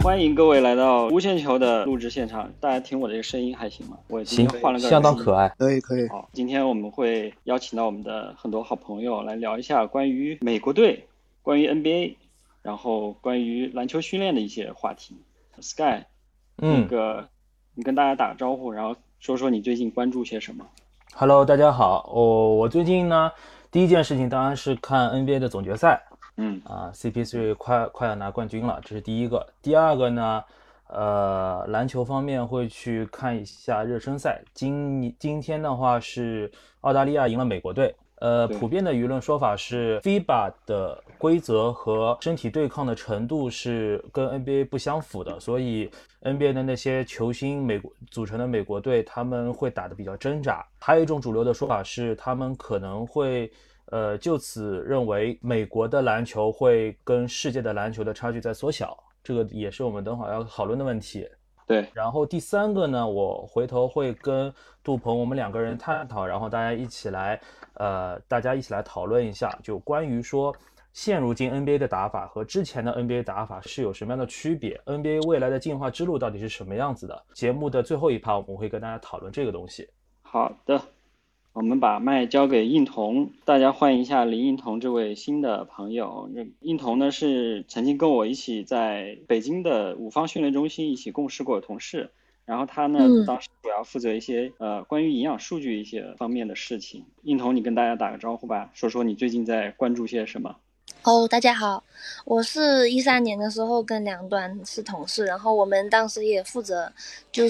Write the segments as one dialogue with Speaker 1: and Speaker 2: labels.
Speaker 1: 欢迎各位来到无限球的录制现场，大家听我这个声音还行吗？我今天换了个
Speaker 2: 相当可爱。
Speaker 3: 可以。
Speaker 1: 好，今天我们会邀请到我们的很多好朋友来聊一下关于美国队、关于 NBA， 然后关于篮球训练的一些话题。Sky，你跟大家打个招呼，然后说说你最近关注些什么。
Speaker 2: Hello， 大家好。我最近呢，第一件事情当然是看 NBA 的总决赛。CP3 快要拿冠军了，这是第一个。第二个呢，篮球方面会去看一下热身赛。今天的话是澳大利亚赢了美国队。普遍的舆论说法是 FIBA 的规则和身体对抗的程度是跟 NBA 不相符的，所以 NBA 的那些球星组成的美国队他们会打得比较挣扎。还有一种主流的说法是他们可能会就此认为美国的篮球会跟世界的篮球的差距在缩小，这个也是我们等会儿要讨论的问题。
Speaker 1: 对，
Speaker 2: 然后第三个呢，我回头会跟杜鹏我们两个人探讨，然后大家一起来讨论一下，就关于说现如今 NBA 的打法和之前的 NBA 打法是有什么样的区别， NBA 未来的进化之路到底是什么样子的。节目的最后一趴我们会跟大家讨论这个东西。
Speaker 1: 好的，我们把麦交给应彤，大家欢迎一下林应彤这位新的朋友。应彤呢是曾经跟我一起在北京的五方训练中心一起共事过的同事，然后他呢当时主要负责一些关于营养数据一些方面的事情。应彤，你跟大家打个招呼吧，说说你最近在关注些什么。
Speaker 4: 大家好，我是13年的时候跟梁端是同事，然后我们当时也负责就是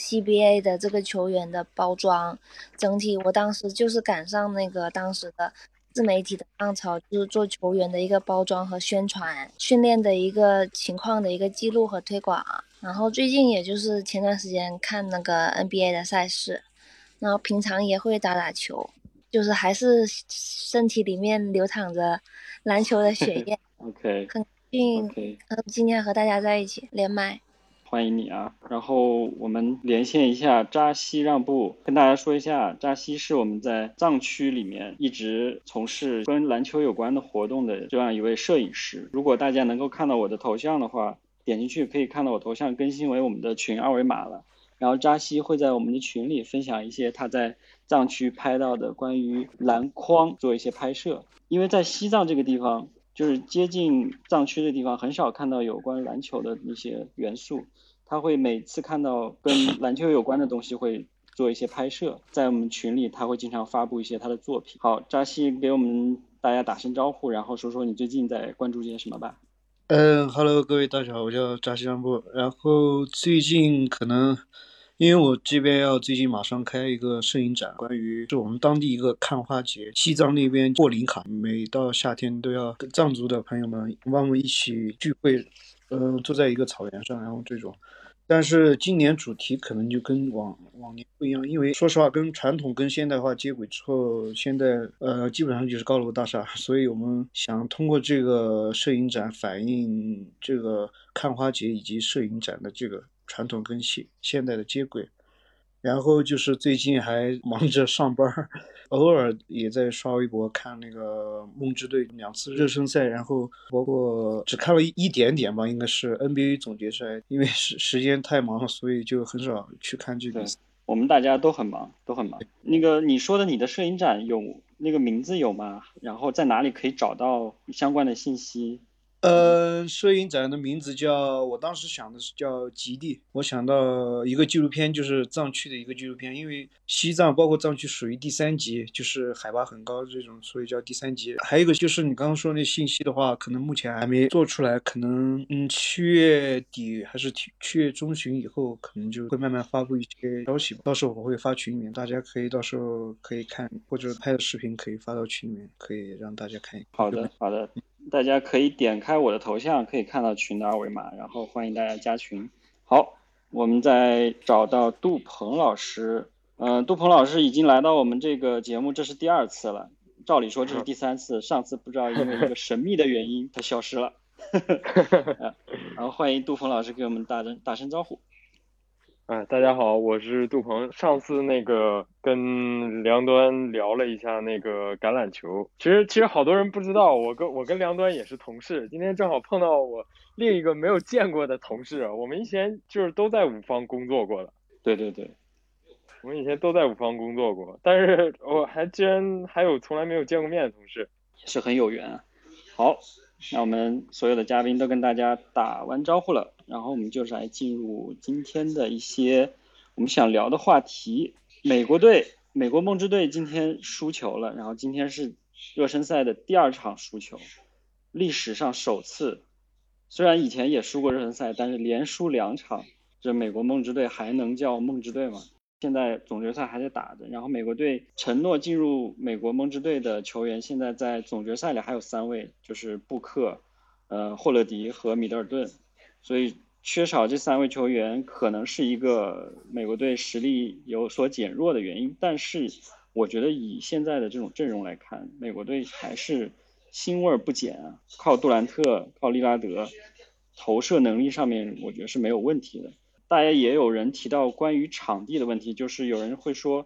Speaker 4: CBA 的这个球员的包装，整体我当时就是赶上那个当时的自媒体的浪潮，就是做球员的一个包装和宣传，训练的一个情况的一个记录和推广。然后最近也就是前段时间看那个 NBA 的赛事，然后平常也会打球，就是还是身体里面流淌着篮球的血液。
Speaker 1: OK，
Speaker 4: 很高兴今天和大家在一起连麦，
Speaker 1: 欢迎你啊！然后我们连线一下扎西让步，跟大家说一下，扎西是我们在藏区里面一直从事跟篮球有关的活动的这样一位摄影师。如果大家能够看到我的头像的话，点进去可以看到我头像更新为我们的群二维码了。然后扎西会在我们的群里分享一些他在藏区拍到的关于篮筐做一些拍摄，因为在西藏这个地方，就是接近藏区的地方，很少看到有关篮球的一些元素。他会每次看到跟篮球有关的东西会做一些拍摄，在我们群里他会经常发布一些他的作品。好，扎西给我们大家打声招呼，然后说说你最近在关注些什么吧。
Speaker 3: Hello， 各位大家好，我叫扎西让步。然后最近可能因为我这边最近马上开一个摄影展，关于是我们当地一个看花节，西藏那边霍林卡，每到夏天都要跟藏族的朋友们我们一起聚会，坐在一个草原上，然后这种。但是今年主题可能就跟往年不一样，因为说实话，跟传统跟现代化接轨之后，现在基本上就是高楼大厦，所以我们想通过这个摄影展反映这个看花节以及摄影展的这个传统跟现代的接轨。然后就是最近还忙着上班，偶尔也在刷微博看那个梦之队2次热身赛，然后包括只看了一点点吧，应该是 NBA 总决赛，因为时间太忙了，所以就很少去看这个。
Speaker 1: 我们大家都很忙。那个你说的你的摄影展有那个名字有吗？然后在哪里可以找到相关的信息？
Speaker 3: 摄影展的名字我当时想的是叫极地，我想到一个纪录片，就是藏区的一个纪录片，因为西藏包括藏区属于第3级，就是海拔很高这种，所以叫第3级。还有一个就是你刚刚说那信息的话，可能目前还没做出来，可能7月底还是7月中旬以后，可能就会慢慢发布一些消息，到时候我会发群里面，大家可以到时候可以看，或者拍的视频可以发到群里面，可以让大家看一看。
Speaker 1: 好的，大家可以点开我的头像，可以看到群的二维码，然后欢迎大家加群。好，我们再找到杜鹏老师。杜鹏老师已经来到我们这个节目，这是第2次了。照理说这是第3次，上次不知道因为一个神秘的原因他消失了。然后欢迎杜鹏老师给我们打声招呼。
Speaker 5: 大家好，我是杜鹏。上次那个跟梁端聊了一下那个橄榄球，其实好多人不知道，我跟梁端也是同事。今天正好碰到我另一个没有见过的同事，我们以前就是都在五方工作过的。
Speaker 1: 对对对，
Speaker 5: 我们以前都在五方工作过，但是我居然还有从来没有见过面的同事，
Speaker 1: 也是很有缘啊。好，那我们所有的嘉宾都跟大家打完招呼了，然后我们就是来进入今天的一些我们想聊的话题。美国梦之队今天输球了，然后今天是热身赛的第2场输球，历史上首次。虽然以前也输过热身赛，但是连输2场，这美国梦之队还能叫梦之队吗？现在总决赛还在打着，然后美国队承诺进入美国梦之队的球员，现在在总决赛里还有3位，就是布克、霍勒迪和米德尔顿，所以缺少这3位球员可能是一个美国队实力有所减弱的原因。但是我觉得以现在的这种阵容来看，美国队还是腥味不减啊，靠杜兰特、靠利拉德，投射能力上面我觉得是没有问题的。大家也有人提到关于场地的问题，就是有人会说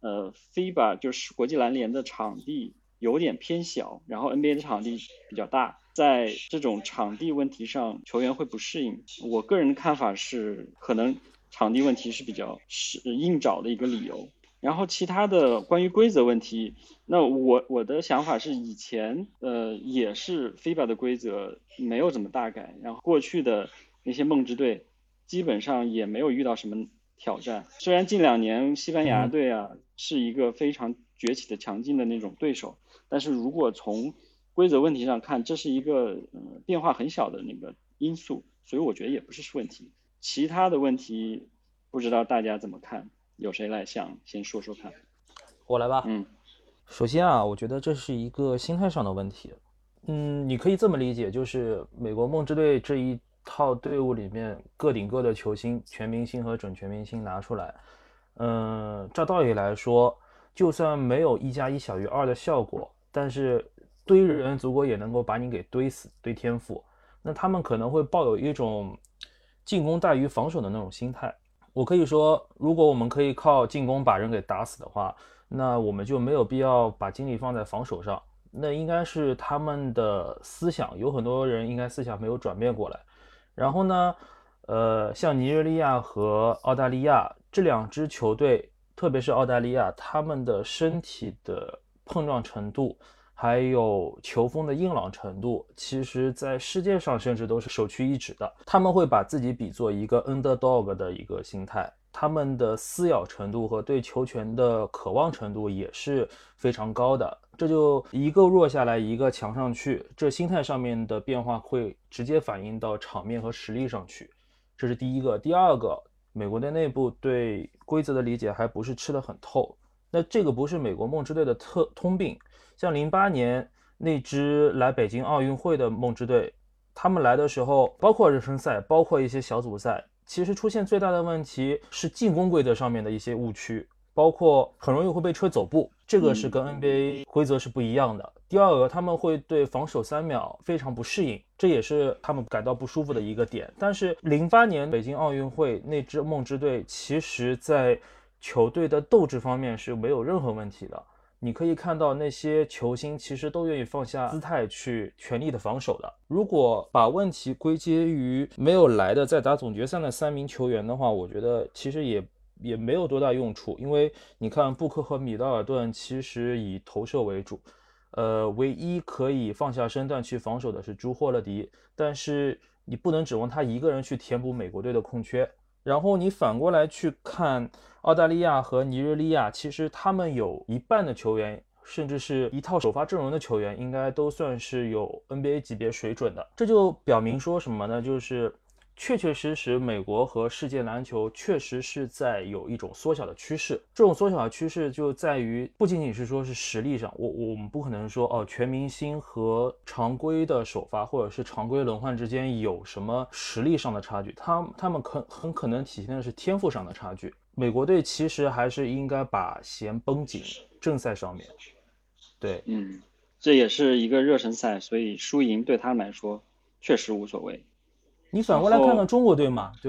Speaker 1: FIBA 就是国际篮联的场地有点偏小，然后 NBA 的场地比较大，在这种场地问题上球员会不适应。我个人的看法是可能场地问题是比较硬找的一个理由。然后其他的关于规则问题，那我的想法是以前也是 FIBA 的规则没有怎么大改，然后过去的那些梦之队基本上也没有遇到什么挑战。虽然近2年西班牙队啊是一个非常崛起的强劲的那种对手，但是如果从规则问题上看，这是一个变化很小的那个因素，所以我觉得也不是问题。其他的问题不知道大家怎么看，有谁来想先说说看？
Speaker 2: 我来吧。首先啊，我觉得这是一个心态上的问题。你可以这么理解，就是美国梦之队这一套队伍里面各顶各的球星，全明星和准全明星拿出来，照道理来说，就算没有1+1=2的效果，但是堆人足够也能够把你给堆死，堆天赋。那他们可能会抱有一种进攻大于防守的那种心态。我可以说，如果我们可以靠进攻把人给打死的话，那我们就没有必要把精力放在防守上。那应该是他们的思想，有很多人应该思想没有转变过来。然后呢，像尼日利亚和澳大利亚这2支球队，特别是澳大利亚，他们的身体的碰撞程度，还有球风的硬朗程度，其实在世界上甚至都是首屈一指的。他们会把自己比作一个 underdog 的一个心态，他们的撕咬程度和对球权的渴望程度也是非常高的。这就一个弱下来，一个强上去，这心态上面的变化会直接反映到场面和实力上去。这是第一个。第二个，美国队内部对规则的理解还不是吃得很透。那这个不是美国梦之队的通病。像08年那支来北京奥运会的梦之队，他们来的时候，包括热身赛，包括一些小组赛，其实出现最大的问题是进攻规则上面的一些误区，包括很容易会被吹走步，这个是跟 NBA 规则是不一样的。第二个，他们会对防守3秒非常不适应，这也是他们感到不舒服的一个点。但是08年北京奥运会那支梦之队，其实在球队的斗志方面是没有任何问题的。你可以看到那些球星其实都愿意放下姿态去全力的防守的。如果把问题归结于没有来的在打总决赛的3名球员的话，我觉得其实也没有多大用处。因为你看布克和米德尔顿其实以投射为主，唯一可以放下身段去防守的是朱霍勒迪，但是你不能指望他一个人去填补美国队的空缺。然后你反过来去看澳大利亚和尼日利亚，其实他们有一半的球员，甚至是一套首发阵容的球员，应该都算是有 NBA 级别水准的。这就表明说什么呢？就是确确实实美国和世界篮球确实是在有一种缩小的趋势。这种缩小的趋势就在于不仅仅是说是实力上，我们不可能说全明星和常规的首发或者是常规轮换之间有什么实力上的差距，他们很可能体现的是天赋上的差距。美国队其实还是应该把弦绷紧正赛上面。对，
Speaker 1: 这也是一个热身赛，所以输赢对他们来说确实无所谓。
Speaker 2: 你反过来看看中国队嘛，对吧？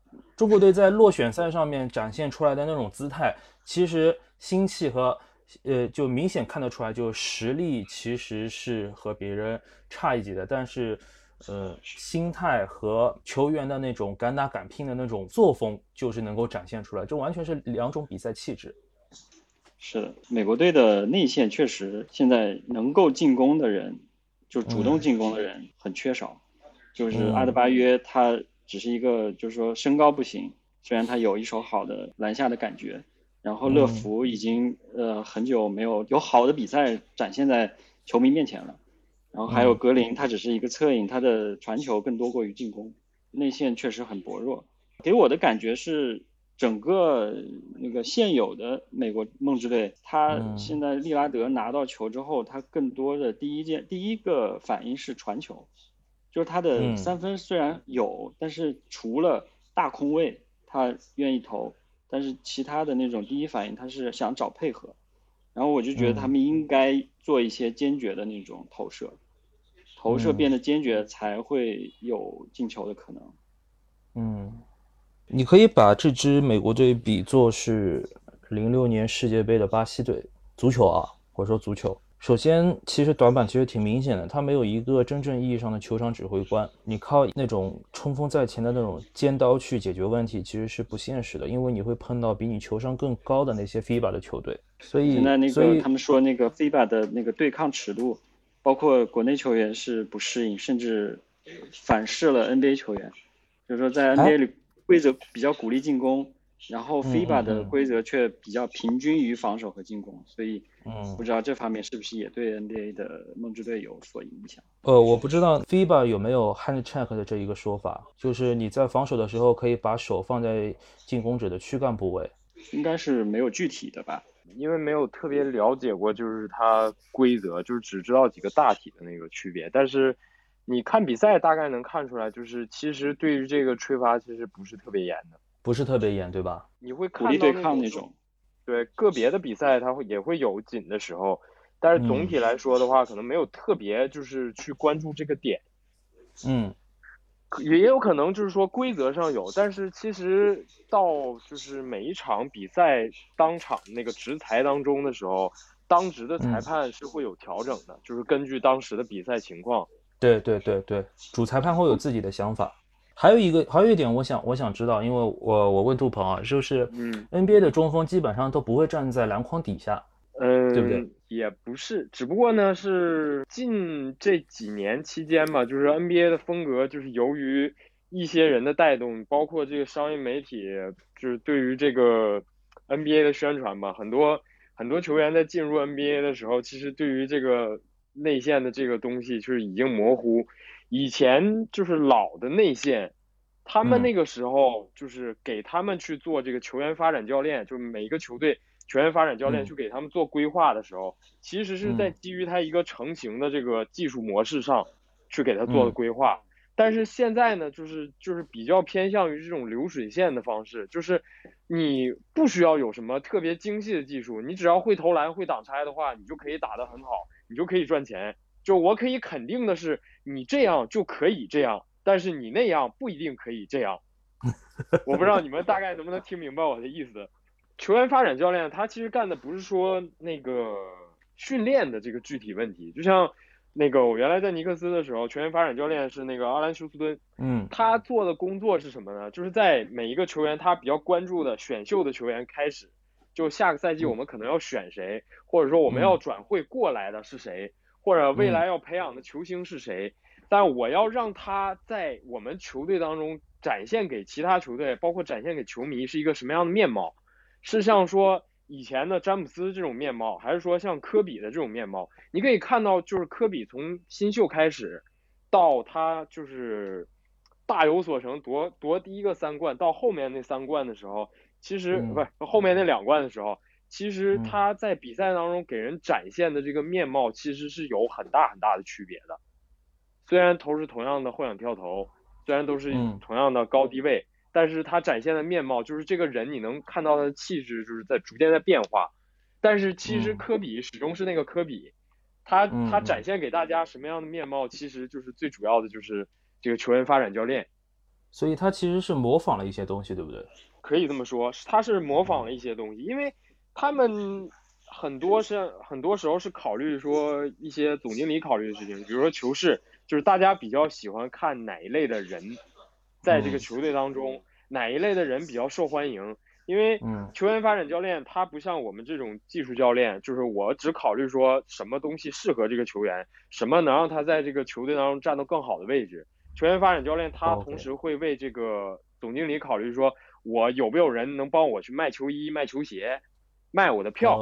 Speaker 2: 中国队在落选赛上面展现出来的那种姿态，其实心气和就明显看得出来，就实力其实是和别人差一级的，但是心态和球员的那种敢打敢拼的那种作风，就是能够展现出来，这完全是两种比赛气质。
Speaker 1: 是的，美国队的内线确实现在能够进攻的人，就主动进攻的人很缺少。就是阿德巴约他只是一个，就是说身高不行，虽然他有一手好的篮下的感觉，然后乐福已经很久没有好的比赛展现在球迷面前了。然后还有格林，他只是一个侧影，他的传球更多过于进攻，内线确实很薄弱。给我的感觉是，整个那个现有的美国梦之队，他现在利拉德拿到球之后，他更多的第一个反应是传球，就是他的三分虽然有，但是除了大空位他愿意投，但是其他的那种第一反应他是想找配合。然后我就觉得他们应该做一些坚决的那种投射，投射变得坚决才会有进球的可能。
Speaker 2: 你可以把这支美国队比作是06年世界杯的巴西队，足球啊，或者说足球。首先，其实短板其实挺明显的，他没有一个真正意义上的球场指挥官，你靠那种冲锋在前的那种尖刀去解决问题，其实是不现实的，因为你会碰到比你球商更高的那些 FIBA 的球队。所以
Speaker 1: 现在那个他们说那个 FIBA 的那个对抗尺度，包括国内球员是不适应，甚至反噬了 NBA 球员，就是说在 NBA 里规则比较鼓励进攻，然后 FIBA 的规则却比较平均于防守和进攻，所以不知道这方面是不是也对 NBA 的梦之队有所影响。
Speaker 2: 我不知道 FIBA 有没有 hand check 的这一个说法，就是你在防守的时候可以把手放在进攻者的躯干部位。
Speaker 1: 应该是没有具体的吧，
Speaker 5: 因为没有特别了解过就是它规则，就是只知道几个大体的那个区别，但是你看比赛大概能看出来，就是其实对于这个吹罚其实不是特别严的，
Speaker 2: 不是特别严，对吧？
Speaker 5: 你会看到
Speaker 1: 鼓励对抗那种。
Speaker 5: 对，个别的比赛它也会有紧的时候，但是总体来说的话，可能没有特别就是去关注这个点。也有可能就是说规则上有，但是其实到就是每一场比赛当场那个执裁当中的时候，当值的裁判是会有调整的，就是根据当时的比赛情况。
Speaker 2: 对，主裁判会有自己的想法。还有一点我想知道，因为我问杜鹏啊，就是 NBA 的中锋基本上都不会站在篮筐底下，对不对？
Speaker 5: 也不是，只不过呢是近这几年期间吧，就是 NBA 的风格就是由于一些人的带动，包括这个商业媒体，就是对于这个 NBA 的宣传吧，很多球员在进入 NBA 的时候，其实对于这个内线的这个东西就是已经模糊。以前就是老的内线，他们那个时候就是给他们去做这个球员发展教练，就是每一个球队球员发展教练去给他们做规划的时候，其实是在基于他一个成型的这个技术模式上去给他做的规划。但是现在呢，就是比较偏向于这种流水线的方式，就是你不需要有什么特别精细的技术，你只要会投篮会挡拆的话，你就可以打得很好，你就可以赚钱。就我可以肯定的是，你这样就可以这样，但是你那样不一定可以这样。我不知道你们大概能不能听明白我的意思。球员发展教练他其实干的不是说那个训练的这个具体问题，就像那个我原来在尼克斯的时候，球员发展教练是那个阿兰休斯敦，他做的工作是什么呢？就是在每一个球员他比较关注的选秀的球员开始，就下个赛季我们可能要选谁，或者说我们要转会过来的是谁，或者未来要培养的球星是谁，但我要让他在我们球队当中展现给其他球队，包括展现给球迷是一个什么样的面貌，是像说以前的詹姆斯这种面貌，还是说像科比的这种面貌？你可以看到，就是科比从新秀开始，到他就是大有所成，夺第一个3冠，到后面那3冠的时候，其实不是后面那2冠的时候，其实他在比赛当中给人展现的这个面貌，其实是有很大很大的区别的。虽然投是同样的后仰跳投，虽然都是同样的高低位，但是他展现的面貌，就是这个人你能看到他的气质，就是在逐渐在变化。但是其实科比始终是那个科比，他展现给大家什么样的面貌，其实就是最主要的就是这个球员发展教练。
Speaker 2: 所以他其实是模仿了一些东西，对不对？
Speaker 5: 可以这么说，他是模仿了一些东西，因为他们很多时候是考虑说一些总经理考虑的事情，比如说球市，就是大家比较喜欢看哪一类的人在这个球队当中，哪一类的人比较受欢迎。因为球员发展教练他不像我们这种技术教练，就是我只考虑说什么东西适合这个球员，什么能让他在这个球队当中站到更好的位置。球员发展教练他同时会为这个总经理考虑说，我有没有人能帮我去卖球衣、卖球鞋、卖我的票。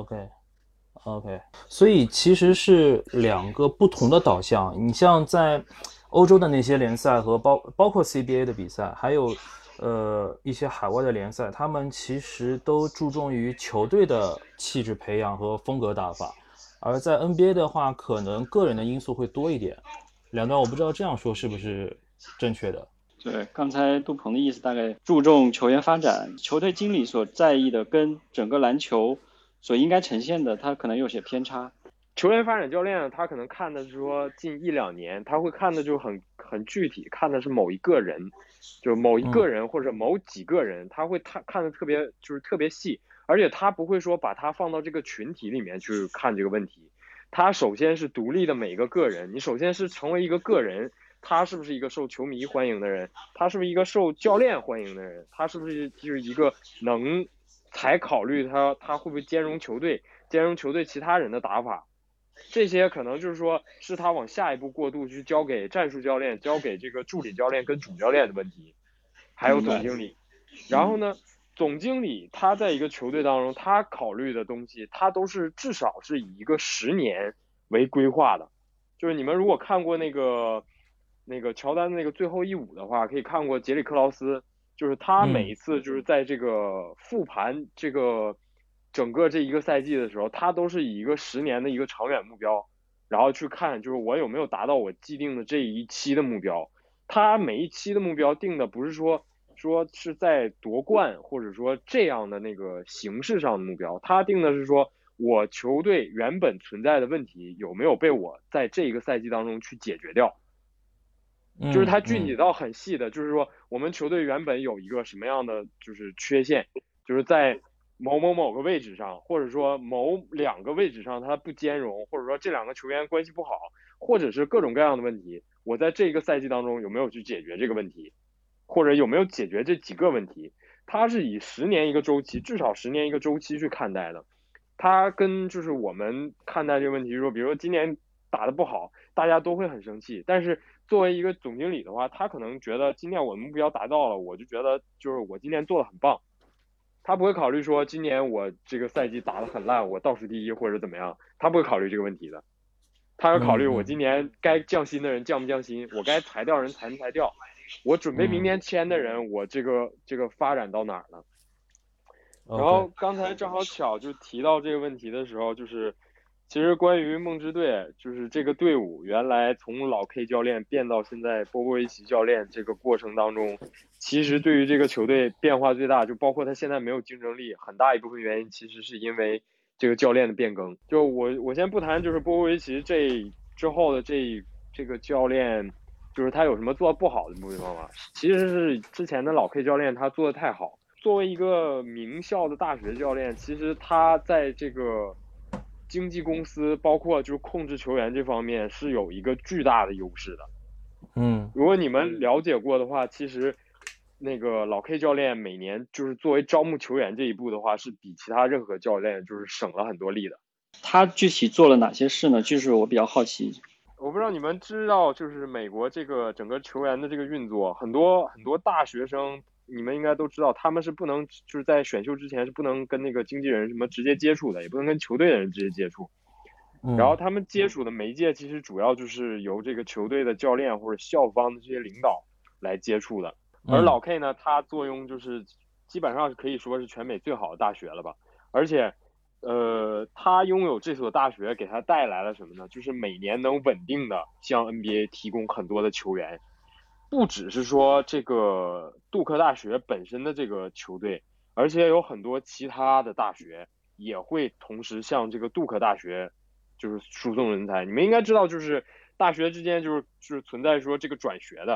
Speaker 2: OK， 所以其实是两个不同的导向。你像在欧洲的那些联赛和包括 CBA 的比赛，还有一些海外的联赛，他们其实都注重于球队的气质培养和风格打法，而在 NBA 的话，可能个人的因素会多一点。两段我不知道这样说是不是正确的。
Speaker 1: 对，刚才杜鹏的意思大概注重球员发展，球队经理所在意的跟整个篮球所应该呈现的，他可能有些偏差。
Speaker 5: 球员发展教练他可能看的是说近1-2年，他会看的就很具体，看的是某一个人，就某一个人或者某几个人，他会看的特别细，而且他不会说把他放到这个群体里面去看这个问题。他首先是独立的每一个个人，你首先是成为一个个人，他是不是一个受球迷欢迎的人，他是不是一个受教练欢迎的人，他是不是就是一个能才考虑他会不会兼容球队其他人的打法。这些可能就是说是他往下一步过渡去交给战术教练、交给这个助理教练跟主教练的问题，还有总经理。然后呢，总经理他在一个球队当中，他考虑的东西，他都是至少是以一个10年为规划的。就是你们如果看过那个乔丹那个最后一舞的话，可以看过杰里克劳斯，就是他每一次就是在这个复盘这个整个这一个赛季的时候，他都是以一个10年的一个长远目标，然后去看就是我有没有达到我既定的这一期的目标。他每一期的目标定的不是说是在夺冠或者说这样的那个形式上的目标，他定的是说我球队原本存在的问题有没有被我在这一个赛季当中去解决掉。就是他具体到很细的，就是说我们球队原本有一个什么样的就是缺陷，就是在某个位置上，或者说某2个位置上它不兼容，或者说这2个球员关系不好，或者是各种各样的问题，我在这个赛季当中有没有去解决这个问题，或者有没有解决这几个问题。它是以10年一个周期，至少10年一个周期去看待的。它跟就是我们看待这个问题说，比如说今年打得不好，大家都会很生气，但是作为一个总经理的话，他可能觉得今年我的目标达到了，我就觉得就是我今年做得很棒。他不会考虑说今年我这个赛季打得很烂，我倒数第一或者怎么样，他不会考虑这个问题的。他要考虑我今年该降薪的人降不降薪，我该裁掉人裁不裁掉，我准备明年签的人，我这个发展到哪儿了。然后刚才正好巧就提到这个问题的时候，就是其实关于梦之队，就是这个队伍原来从老 K 教练变到现在波波维奇教练这个过程当中，其实对于这个球队变化最大，就包括他现在没有竞争力，很大一部分原因其实是因为这个教练的变更。就我先不谈就是波波维奇这之后的这个教练，就是他有什么做得不好的部分方法，其实是之前的老 K 教练他做得太好。作为一个名校的大学教练，其实他在这个经纪公司包括就是控制球员这方面是有一个巨大的优势的。如果你们了解过的话，其实那个老 K 教练每年就是作为招募球员这一步的话，是比其他任何教练就是省了很多力的。
Speaker 1: 他具体做了哪些事呢？就是我比较好奇。
Speaker 5: 我不知道你们知道，就是美国这个整个球员的这个运作，很多大学生。你们应该都知道，他们是不能就是在选秀之前是不能跟那个经纪人什么直接接触的，也不能跟球队的人直接接触。然后他们接触的媒介其实主要就是由这个球队的教练或者校方的这些领导来接触的。而老 K 呢，他作用就是基本上是可以说是全美最好的大学了吧。而且他拥有这所大学给他带来了什么呢？就是每年能稳定的向 NBA 提供很多的球员。不只是说这个杜克大学本身的这个球队，而且有很多其他的大学也会同时向这个杜克大学就是输送人才。你们应该知道，就是大学之间就是存在说这个转学的，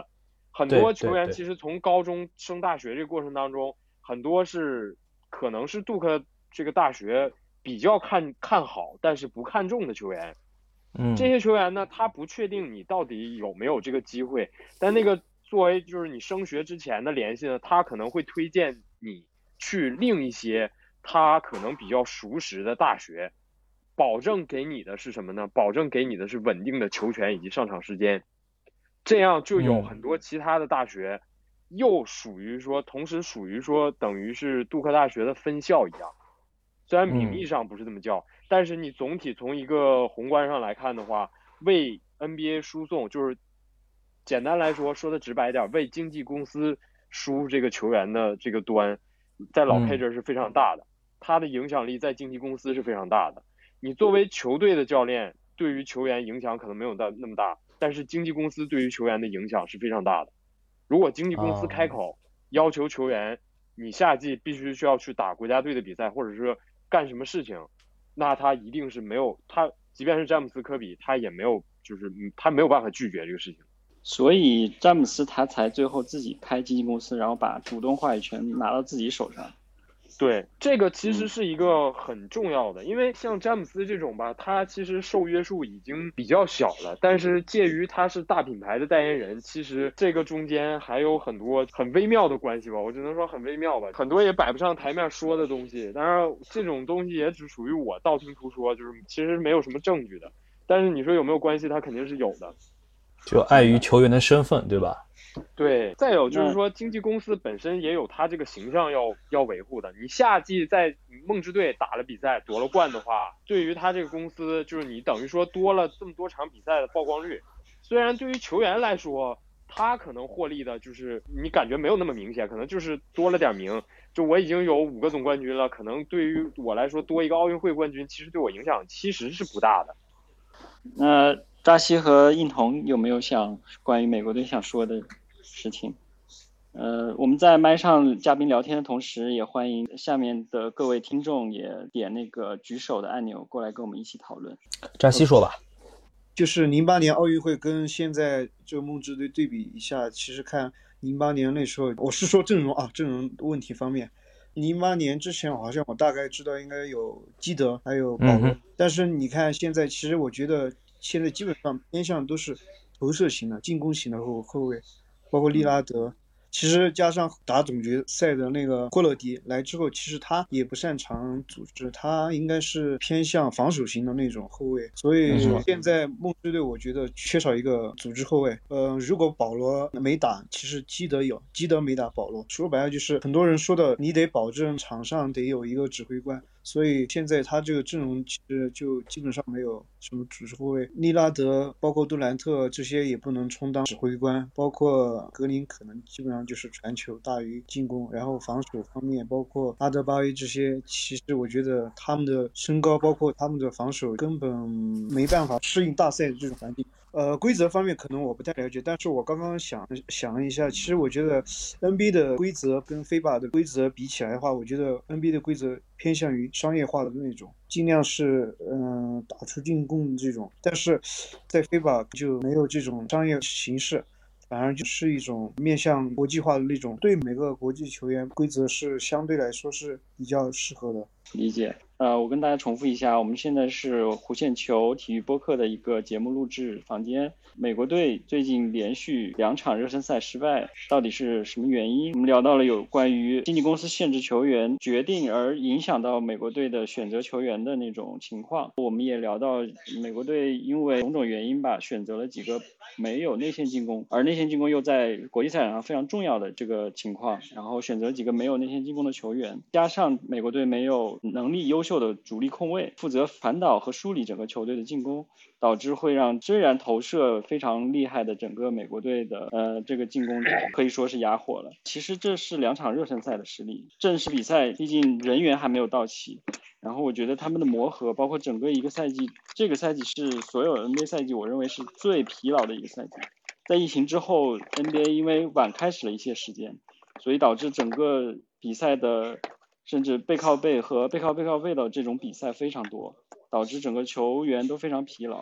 Speaker 5: 很多球员其实从高中升大学这个过程当中，很多是可能是杜克这个大学比较看好但是不看重的球员。这些球员呢，他不确定你到底有没有这个机会，但那个作为就是你升学之前的联系呢，他可能会推荐你去另一些他可能比较熟识的大学，保证给你的是什么呢？保证给你的是稳定的球权以及上场时间。这样就有很多其他的大学又属于说，同时属于说等于是杜克大学的分校一样，虽然名义上不是这么叫，但是你总体从一个宏观上来看的话，为 NBA 输送，就是简单来说，说的直白一点，为经纪公司输这个球员的这个端，在老佩这儿是非常大的，他的影响力在经纪公司是非常大的。你作为球队的教练，对于球员影响可能没有那么大，但是经纪公司对于球员的影响是非常大的。如果经纪公司开口要求球员，你夏季必须需要去打国家队的比赛，或者是干什么事情，那他一定是没有，他即便是詹姆斯科比，他也没有，就是他没有办法拒绝这个事情。
Speaker 1: 所以詹姆斯他才最后自己开经纪公司，然后把主动话语权拿到自己手上。
Speaker 5: 对，这个其实是一个很重要的，因为像詹姆斯这种吧，他其实受约束已经比较小了，但是介于他是大品牌的代言人，其实这个中间还有很多很微妙的关系吧，我只能说很微妙吧，很多也摆不上台面说的东西，当然这种东西也只属于我道听途说，就是其实没有什么证据的，但是你说有没有关系，他肯定是有的，
Speaker 2: 就碍于球员的身份，对吧？
Speaker 5: 对，再有就是说，经纪公司本身也有他这个形象要维护的。你夏季在梦之队打了比赛夺了冠的话，对于他这个公司，就是你等于说多了这么多场比赛的曝光率。虽然对于球员来说，他可能获利的就是你感觉没有那么明显，可能就是多了点名。就我已经有5个总冠军了，可能对于我来说多一个奥运会冠军，其实对我影响其实是不大的。
Speaker 1: 那扎西和印彤有没有关于美国队想说的事情？我们在麦上嘉宾聊天的同时，也欢迎下面的各位听众也点那个举手的按钮过来跟我们一起讨论。
Speaker 2: 扎西说吧。
Speaker 3: 就是08年奥运会跟现在这个梦之队对比一下，其实看08年那时候，我是说阵容问题方面，08年之前好像我大概知道应该有基德还有保罗，但是你看现在，其实我觉得现在基本上偏向都是投射型的进攻型的后卫，包括利拉德。其实加上打总决赛的那个霍勒迪来之后，其实他也不擅长组织，他应该是偏向防守型的那种后卫。所以现在梦之队我觉得缺少一个组织后卫。如果保罗没打，其实基德没打保罗。说白了就是很多人说的，你得保证场上得有一个指挥官。所以现在他这个阵容其实就基本上没有什么组织后卫，利拉德包括杜兰特这些也不能充当指挥官，包括格林可能基本上就是传球大于进攻，然后防守方面包括阿德巴约这些，其实我觉得他们的身高包括他们的防守根本没办法适应大赛的这种环境。规则方面可能我不太了解，但是我刚刚想了一下，其实我觉得 NBA 的规则跟 FIBA 的规则比起来的话，我觉得 NBA 的规则偏向于商业化的那种，尽量是打出进攻这种，但是在 FIBA 就没有这种商业形式，反而就是一种面向国际化的那种，对每个国际球员规则是相对来说是比较适合的。
Speaker 1: 理解。我跟大家重复一下，我们现在是弧线球体育播客的一个节目录制房间。美国队最近连续2场热身赛失败，到底是什么原因？我们聊到了有关于经纪公司限制球员决定而影响到美国队的选择球员的那种情况。我们也聊到美国队因为种种原因吧，选择了几个没有内线进攻，而内线进攻又在国际赛场上非常重要的这个情况，然后选择几个没有内线进攻的球员，加上美国队没有能力优秀的主力控卫负责反导和梳理整个球队的进攻，导致会让虽然投射非常厉害的整个美国队的这个进攻可以说是哑火了。其实这是2场热身赛的实力，正式比赛毕竟人员还没有到齐，然后我觉得他们的磨合包括整个一个赛季，这个赛季是所有 NBA 赛季我认为是最疲劳的一个赛季。在疫情之后 NBA 因为晚开始了一些时间，所以导致整个比赛的甚至背靠背和背靠背的这种比赛非常多，导致整个球员都非常疲劳。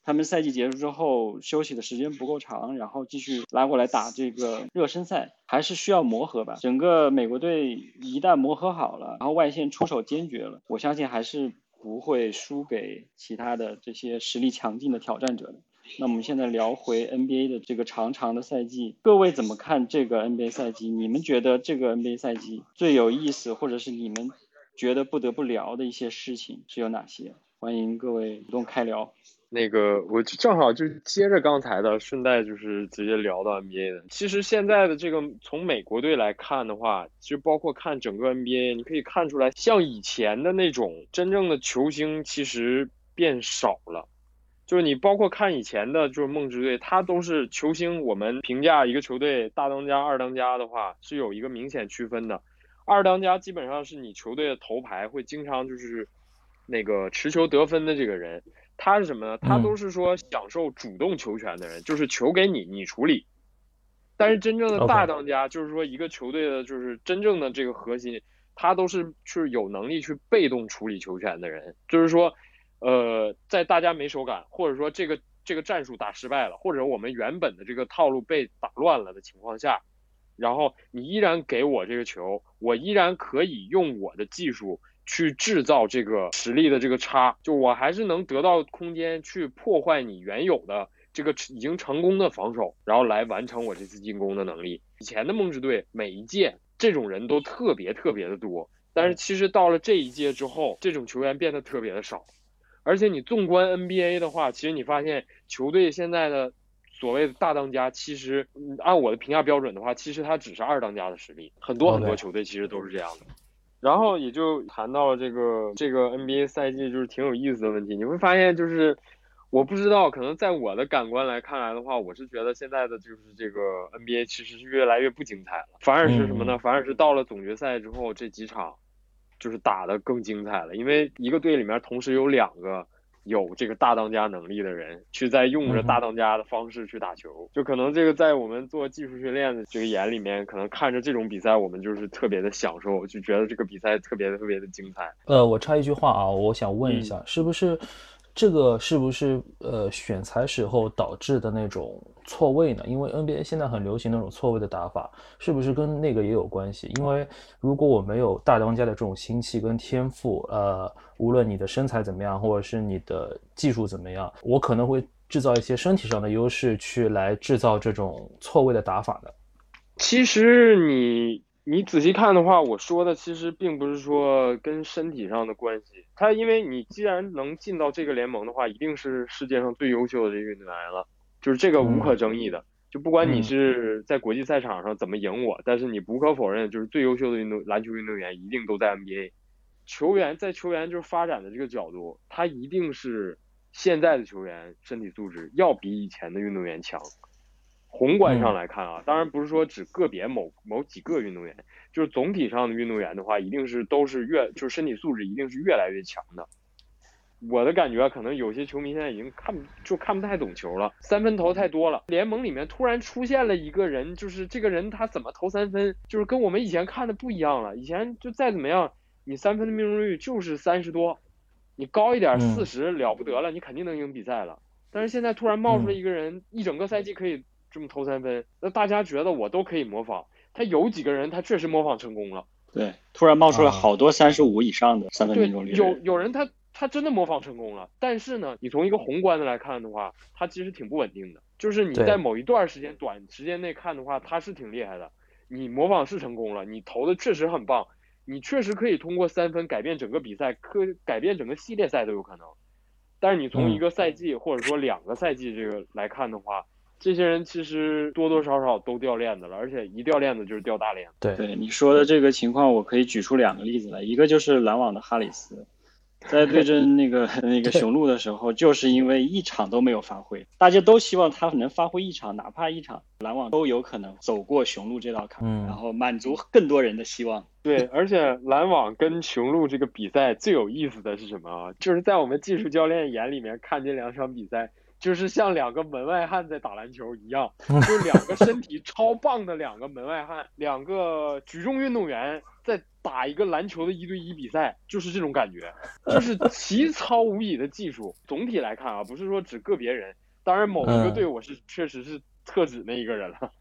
Speaker 1: 他们赛季结束之后休息的时间不够长，然后继续拉过来打这个热身赛，还是需要磨合吧。整个美国队一旦磨合好了，然后外线出手坚决了，我相信还是不会输给其他的这些实力强劲的挑战者的。那我们现在聊回 NBA 的这个长长的赛季，各位怎么看这个 NBA 赛季？你们觉得这个 NBA 赛季最有意思，或者是你们觉得不得不聊的一些事情是有哪些？欢迎各位主动开聊。
Speaker 5: 我正好就接着刚才的，顺带就是直接聊到 NBA 的。其实现在的这个从美国队来看的话，其实包括看整个 NBA， 你可以看出来，像以前的那种真正的球星其实变少了。就是你包括看以前的就是梦之队，他都是球星，我们评价一个球队大当家二当家的话是有一个明显区分的。二当家基本上是你球队的头牌会经常就是那个持球得分的这个人，他是什么呢？他都是说享受主动球权的人，就是球给你，你处理。但是真正的大当家，就是说一个球队的就是真正的这个核心，他都是有能力去被动处理球权的人，就是说在大家没手感，或者说这个战术打失败了，或者我们原本的这个套路被打乱了的情况下，然后你依然给我这个球，我依然可以用我的技术去制造这个实力的这个差，就我还是能得到空间去破坏你原有的这个已经成功的防守，然后来完成我这次进攻的能力。以前的梦之队每一届这种人都特别特别的多，但是其实到了这一届之后，这种球员变得特别的少。而且你纵观 NBA 的话，其实你发现球队现在的所谓的大当家，其实按我的评价标准的话，其实他只是二当家的实力，很多球队其实都是这样的。然后也就谈到了这个 NBA 赛季就是挺有意思的问题，你会发现就是我不知道，可能在我的感官来看来的话，我是觉得现在的就是这个 NBA 其实是越来越不精彩了，反而是什么呢？反而是到了总决赛之后这几场就是打得更精彩了，因为一个队里面同时有两个有这个大当家能力的人去在用着大当家的方式去打球，就可能这个在我们做技术训练的这个眼里面，可能看着这种比赛我们就是特别的享受，就觉得这个比赛特别的精彩。
Speaker 2: 我插一句话啊，我想问一下，是不是选材时候导致的那种错位呢？因为 NBA 现在很流行那种错位的打法，是不是跟那个也有关系？因为如果我没有大当家的这种心气跟天赋，无论你的身材怎么样，或者是你的技术怎么样，我可能会制造一些身体上的优势去来制造这种错位的打法的。
Speaker 5: 其实你仔细看的话，我说的其实并不是说跟身体上的关系，他因为你既然能进到这个联盟的话，一定是世界上最优秀的这个运动员了，就是这个无可争议的。就不管你是在国际赛场上怎么赢我，但是你不可否认，就是最优秀的篮球运动员一定都在 NBA。球员就是发展的这个角度，他一定是现在的球员身体素质要比以前的运动员强。宏观上来看啊，当然不是说只个别某几个运动员，就是总体上的运动员的话，一定是就是身体素质一定是越来越强的。我的感觉可能有些球迷现在已经看不太懂球了，三分投太多了。联盟里面突然出现了一个人，就是这个人他怎么投三分，就是跟我们以前看的不一样了。以前就再怎么样，你三分的命中率就是30多，你高一点40了不得了，你肯定能赢比赛了。但是现在突然冒出来一个人，一整个赛季可以这么投三分，那大家觉得我都可以模仿。他有几个人他确实模仿成功了，
Speaker 1: 对，突然冒出来好多35以上的三分命中率。
Speaker 5: 有人他真的模仿成功了，但是呢，你从一个宏观的来看的话，他其实挺不稳定的。就是你在某一段时间短时间内看的话，他是挺厉害的。你模仿是成功了，你投的确实很棒，你确实可以通过三分改变整个比赛，改变整个系列赛都有可能。但是你从一个赛季或者说2个赛季这个来看的话，这些人其实多多少少都掉链子了，而且一掉链子就是掉大链子。
Speaker 1: 对你说的这个情况，我可以举出2个例子来，一个就是篮网的哈里斯，在对阵那个雄鹿的时候，就是因为一场都没有发挥，大家都希望他能发挥一场，哪怕一场，篮网都有可能走过雄鹿这道坎，然后满足更多人的希望。
Speaker 5: 对，而且篮网跟雄鹿这个比赛最有意思的是什么啊？就是在我们技术教练眼里面看这2场比赛，就是像2个门外汉在打篮球一样，就是2个身体超棒的2个门外汉，2个举重运动员打一个篮球的1对1比赛，就是这种感觉，就是奇糙无比的技术。总体来看啊，不是说指个别人，当然某一个队我是确实是特指那一个人了。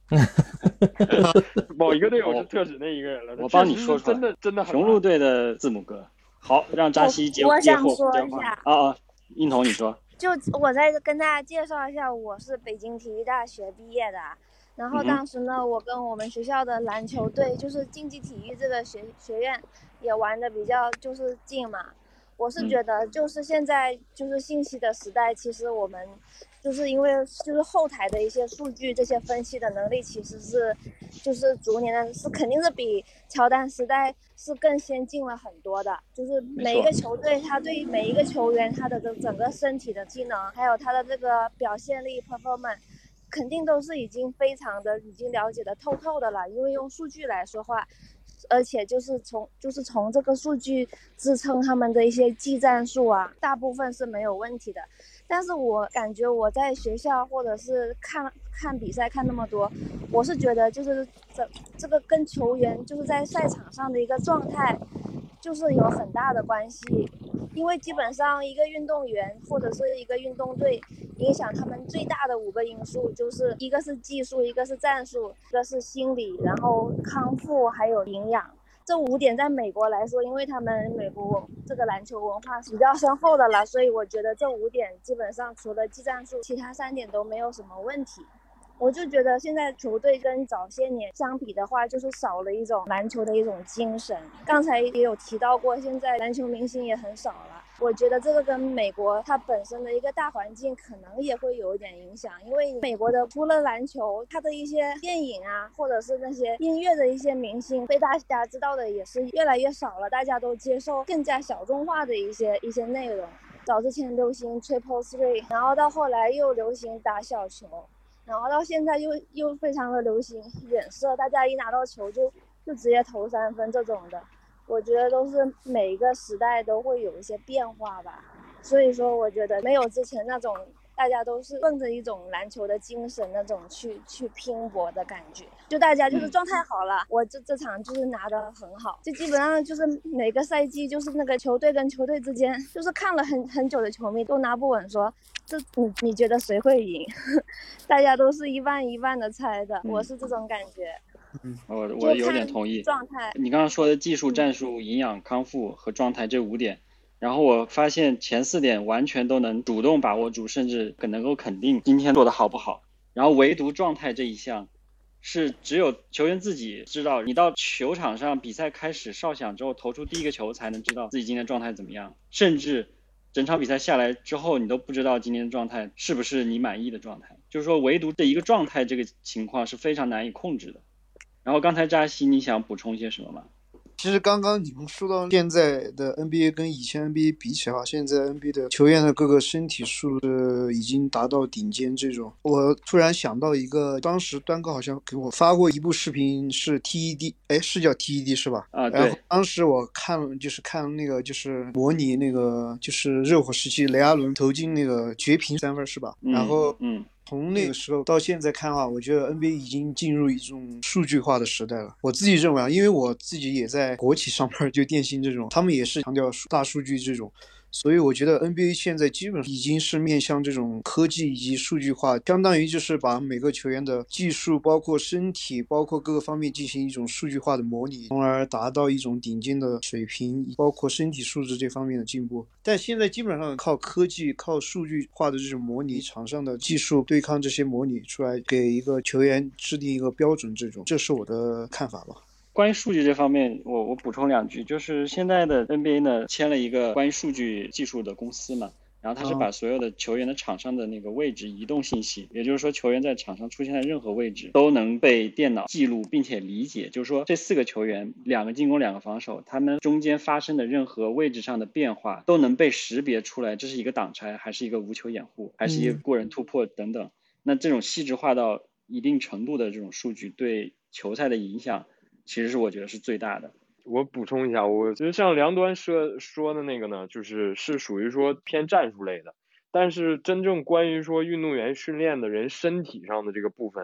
Speaker 5: 某一个队我是特指那一个人了，
Speaker 1: 我帮你说出来，
Speaker 5: 真的很
Speaker 1: 雄鹿队的字母哥。好，让扎西
Speaker 4: 我想说一下
Speaker 1: 啊，殷彤你说。
Speaker 4: 就我再跟大家介绍一下，我是北京体育大学毕业的，然后当时呢，我跟我们学校的篮球队，就是竞技体育这个学院也玩的比较就是近嘛。我是觉得就是现在就是信息的时代，其实我们就是因为就是后台的一些数据这些分析的能力，其实是就是逐年的是肯定是比乔丹时代是更先进了很多的。就是每一个球队他对每一个球员他的整个身体的机能还有他的这个表现力 performance肯定都是已经非常的已经了解的透透的了，因为用数据来说话，而且就是从这个数据支撑他们的一些技战术啊，大部分是没有问题的。但是我感觉我在学校或者是看比赛看那么多，我是觉得就是这个跟球员就是在赛场上的一个状态就是有很大的关系。因为基本上一个运动员或者是一个运动队影响他们最大的5个因素，就是一个是技术，一个是战术，一个是心理，然后康复还有营养。这5点在美国来说，因为他们美国这个篮球文化是比较深厚的了，所以我觉得这5点基本上除了技战术，其他3点都没有什么问题。我就觉得现在球队跟早些年相比的话，就是少了一种篮球的一种精神。刚才也有提到过，现在篮球明星也很少了。我觉得这个跟美国它本身的一个大环境可能也会有一点影响，因为美国的除了篮球，它的一些电影啊，或者是那些音乐的一些明星被大家知道的也是越来越少了，大家都接受更加小众化的一些内容。早之前流行 Triple Three， 然后到后来又流行打小球，然后到现在又非常的流行远射，大家一拿到球就直接投3分这种的。我觉得都是每一个时代都会有一些变化吧，所以说我觉得没有之前那种大家都是奔着一种篮球的精神那种去拼搏的感觉，就大家就是状态好了，我这场就是拿得很好，就基本上就是每个赛季就是那个球队跟球队之间，就是看了很久的球迷都拿不稳说这你觉得谁会赢大家都是一半的猜的，我是这种感觉。
Speaker 1: 我有点同意
Speaker 4: 状态。
Speaker 1: 你刚刚说的技术、战术、营养、康复和状态这5点，然后我发现前4点完全都能主动把握住，甚至能够肯定今天做的好不好。然后唯独状态这一项，是只有球员自己知道，你到球场上比赛开始哨响之后投出第一个球才能知道自己今天状态怎么样，甚至整场比赛下来之后你都不知道今天的状态是不是你满意的状态，就是说唯独这一个状态这个情况是非常难以控制的。然后刚才扎西你想补充些什么吗？
Speaker 3: 其实刚刚你们说到现在的 NBA 跟以前 NBA 比起来，现在 NBA 的球员的各个身体素质已经达到顶尖这种。我突然想到一个，当时端哥好像给我发过一部视频，是 TED， 是叫 TED 是吧？
Speaker 1: 啊，对。
Speaker 3: 然后当时我看那个就是模拟那个就是热火时期雷阿伦投进那个绝平3分是吧？然后从那个时候到现在看的话，我觉得 NBA 已经进入一种数据化的时代了。我自己认为啊，因为我自己也在国企上班，就电信这种，他们也是强调大数据这种，所以我觉得 NBA 现在基本上已经是面向这种科技以及数据化，相当于就是把每个球员的技术，包括身体，包括各个方面进行一种数据化的模拟，从而达到一种顶尖的水平，包括身体素质这方面的进步。但现在基本上靠科技、靠数据化的这种模拟，场上的技术对抗这些模拟出来，给一个球员制定一个标准，这是我的看法吧。
Speaker 1: 关于数据这方面，我补充2句，就是现在的 NBA 呢签了一个关于数据技术的公司嘛，然后他是把所有的球员的场上的那个位置移动信息，也就是说球员在场上出现在任何位置都能被电脑记录并且理解，就是说这4个球员2个进攻2个防守，他们中间发生的任何位置上的变化都能被识别出来，这是一个挡拆还是一个无球掩护还是一个过人突破等等。那这种细致化到一定程度的这种数据对球赛的影响其实是我觉得是最大的。
Speaker 5: 我补充一下，我觉得像梁端说的那个呢，是属于说偏战术类的，但是真正关于说运动员训练的人身体上的这个部分，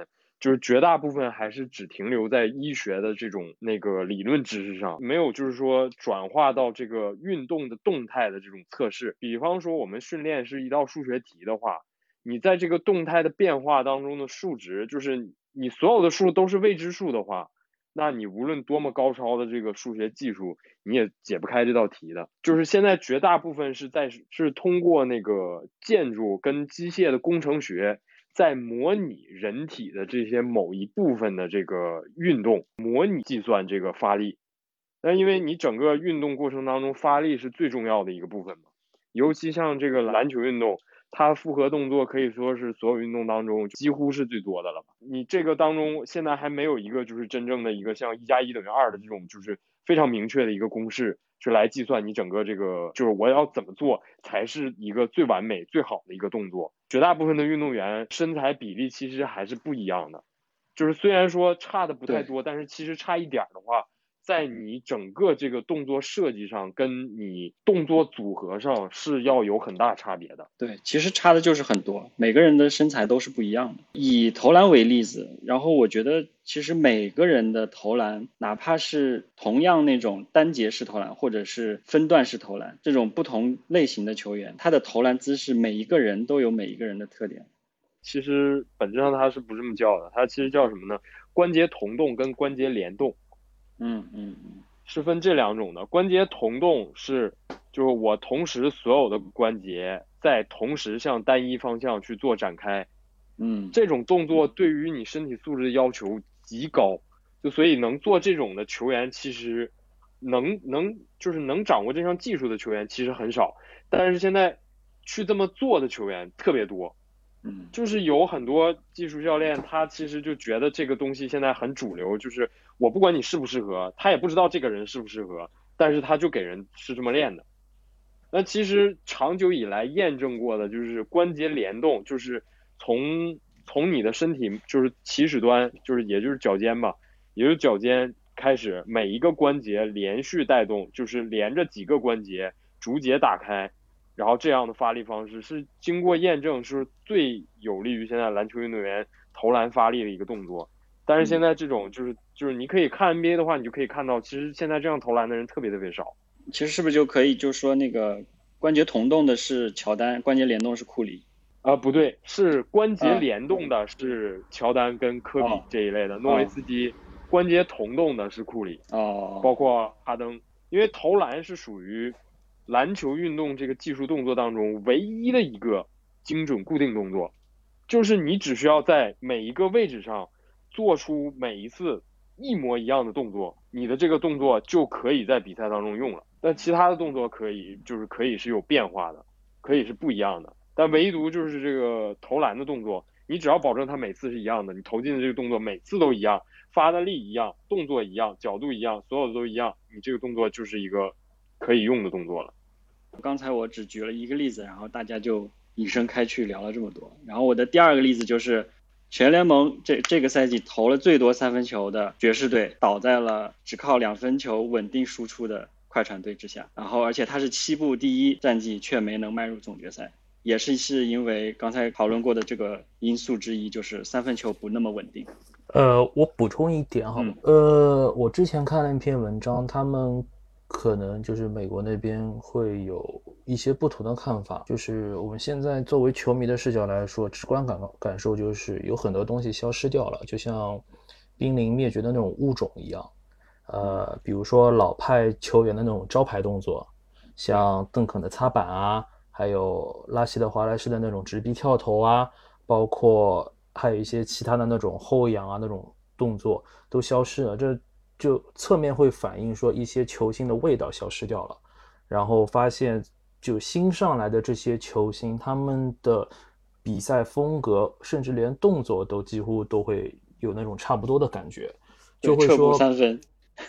Speaker 5: 就是绝大部分还是只停留在医学的这种那个理论知识上，没有就是说转化到这个运动的动态的这种测试。比方说我们训练是一道数学题的话，你在这个动态的变化当中的数值，就是你所有的数都是未知数的话，那你无论多么高超的这个数学技术，你也解不开这道题的。就是现在绝大部分是通过那个建筑跟机械的工程学，在模拟人体的这些某一部分的这个运动，模拟计算这个发力。但因为你整个运动过程当中发力是最重要的一个部分嘛，尤其像这个篮球运动，它复合动作可以说是所有运动当中几乎是最多的了吧。你这个当中现在还没有一个就是真正的一个像1+1=2的这种就是非常明确的一个公式，是来计算你整个这个就是我要怎么做才是一个最完美最好的一个动作。绝大部分的运动员身材比例其实还是不一样的，就是虽然说差的不太多，但是其实差一点的话，在你整个这个动作设计上跟你动作组合上是要有很大差别的。
Speaker 1: 对，其实差的就是很多，每个人的身材都是不一样的。以投篮为例子，然后我觉得其实每个人的投篮，哪怕是同样那种单节式投篮或者是分段式投篮，这种不同类型的球员，他的投篮姿势每一个人都有每一个人的特点。
Speaker 5: 其实本质上它是不这么叫的，它其实叫什么呢？关节同动跟关节联动。是分这两种的。关节同动是就是我同时所有的关节在同时向单一方向去做展开。这种动作对于你身体素质的要求极高，就所以能做这种的球员其实就是能掌握这项技术的球员其实很少，但是现在去这么做的球员特别多。就是有很多技术教练他其实就觉得这个东西现在很主流，就是我不管你适不适合，他也不知道这个人适不适合，但是他就给人是这么练的。那其实长久以来验证过的就是关节联动，就是从你的身体就是起始端，就是也就是脚尖吧，也就是脚尖开始每一个关节连续带动，就是连着几个关节逐节打开，然后这样的发力方式是经过验证是最有利于现在篮球运动员投篮发力的一个动作。但是现在这种就是你可以看 NBA 的话，你就可以看到其实现在这样投篮的人特别特别少。
Speaker 1: 其实是不是就可以就说那个关节同动的是乔丹，关节联动是库里？
Speaker 5: 不对，是关节联动的是乔丹跟科比这一类的，诺维斯基。关节同动的是库里，包括哈登。因为投篮是属于篮球运动这个技术动作当中唯一的一个精准固定动作，就是你只需要在每一个位置上做出每一次一模一样的动作，你的这个动作就可以在比赛当中用了。但其他的动作可以是有变化的，可以是不一样的，但唯独就是这个投篮的动作，你只要保证它每次是一样的，你投进的这个动作每次都一样，发的力一样，动作一样，角度一样，所有的都一样，你这个动作就是一个可以用的动作了。
Speaker 1: 刚才我只举了一个例子，然后大家就引申开去聊了这么多。然后我的第二个例子就是全联盟这个赛季投了最多三分球的爵士队倒在了只靠2分球稳定输出的快船队之下，然后而且他是7部第1战绩却没能迈入总决赛，也是因为刚才讨论过的这个因素之一，就是三分球不那么稳定。
Speaker 2: 我补充一点好了，我之前看了一篇文章，他们可能就是美国那边会有一些不同的看法，就是我们现在作为球迷的视角来说，直观感受就是有很多东西消失掉了，就像濒临灭绝的那种物种一样。比如说老派球员的那种招牌动作，像邓肯的擦板啊，还有拉希德华莱士的那种直臂跳投啊，包括还有一些其他的那种后仰啊那种动作都消失了，这就侧面会反映说一些球星的味道消失掉了，然后发现就新上来的这些球星，他们的比赛风格甚至连动作都几乎都会有那种差不多的感觉，就会说
Speaker 1: 3分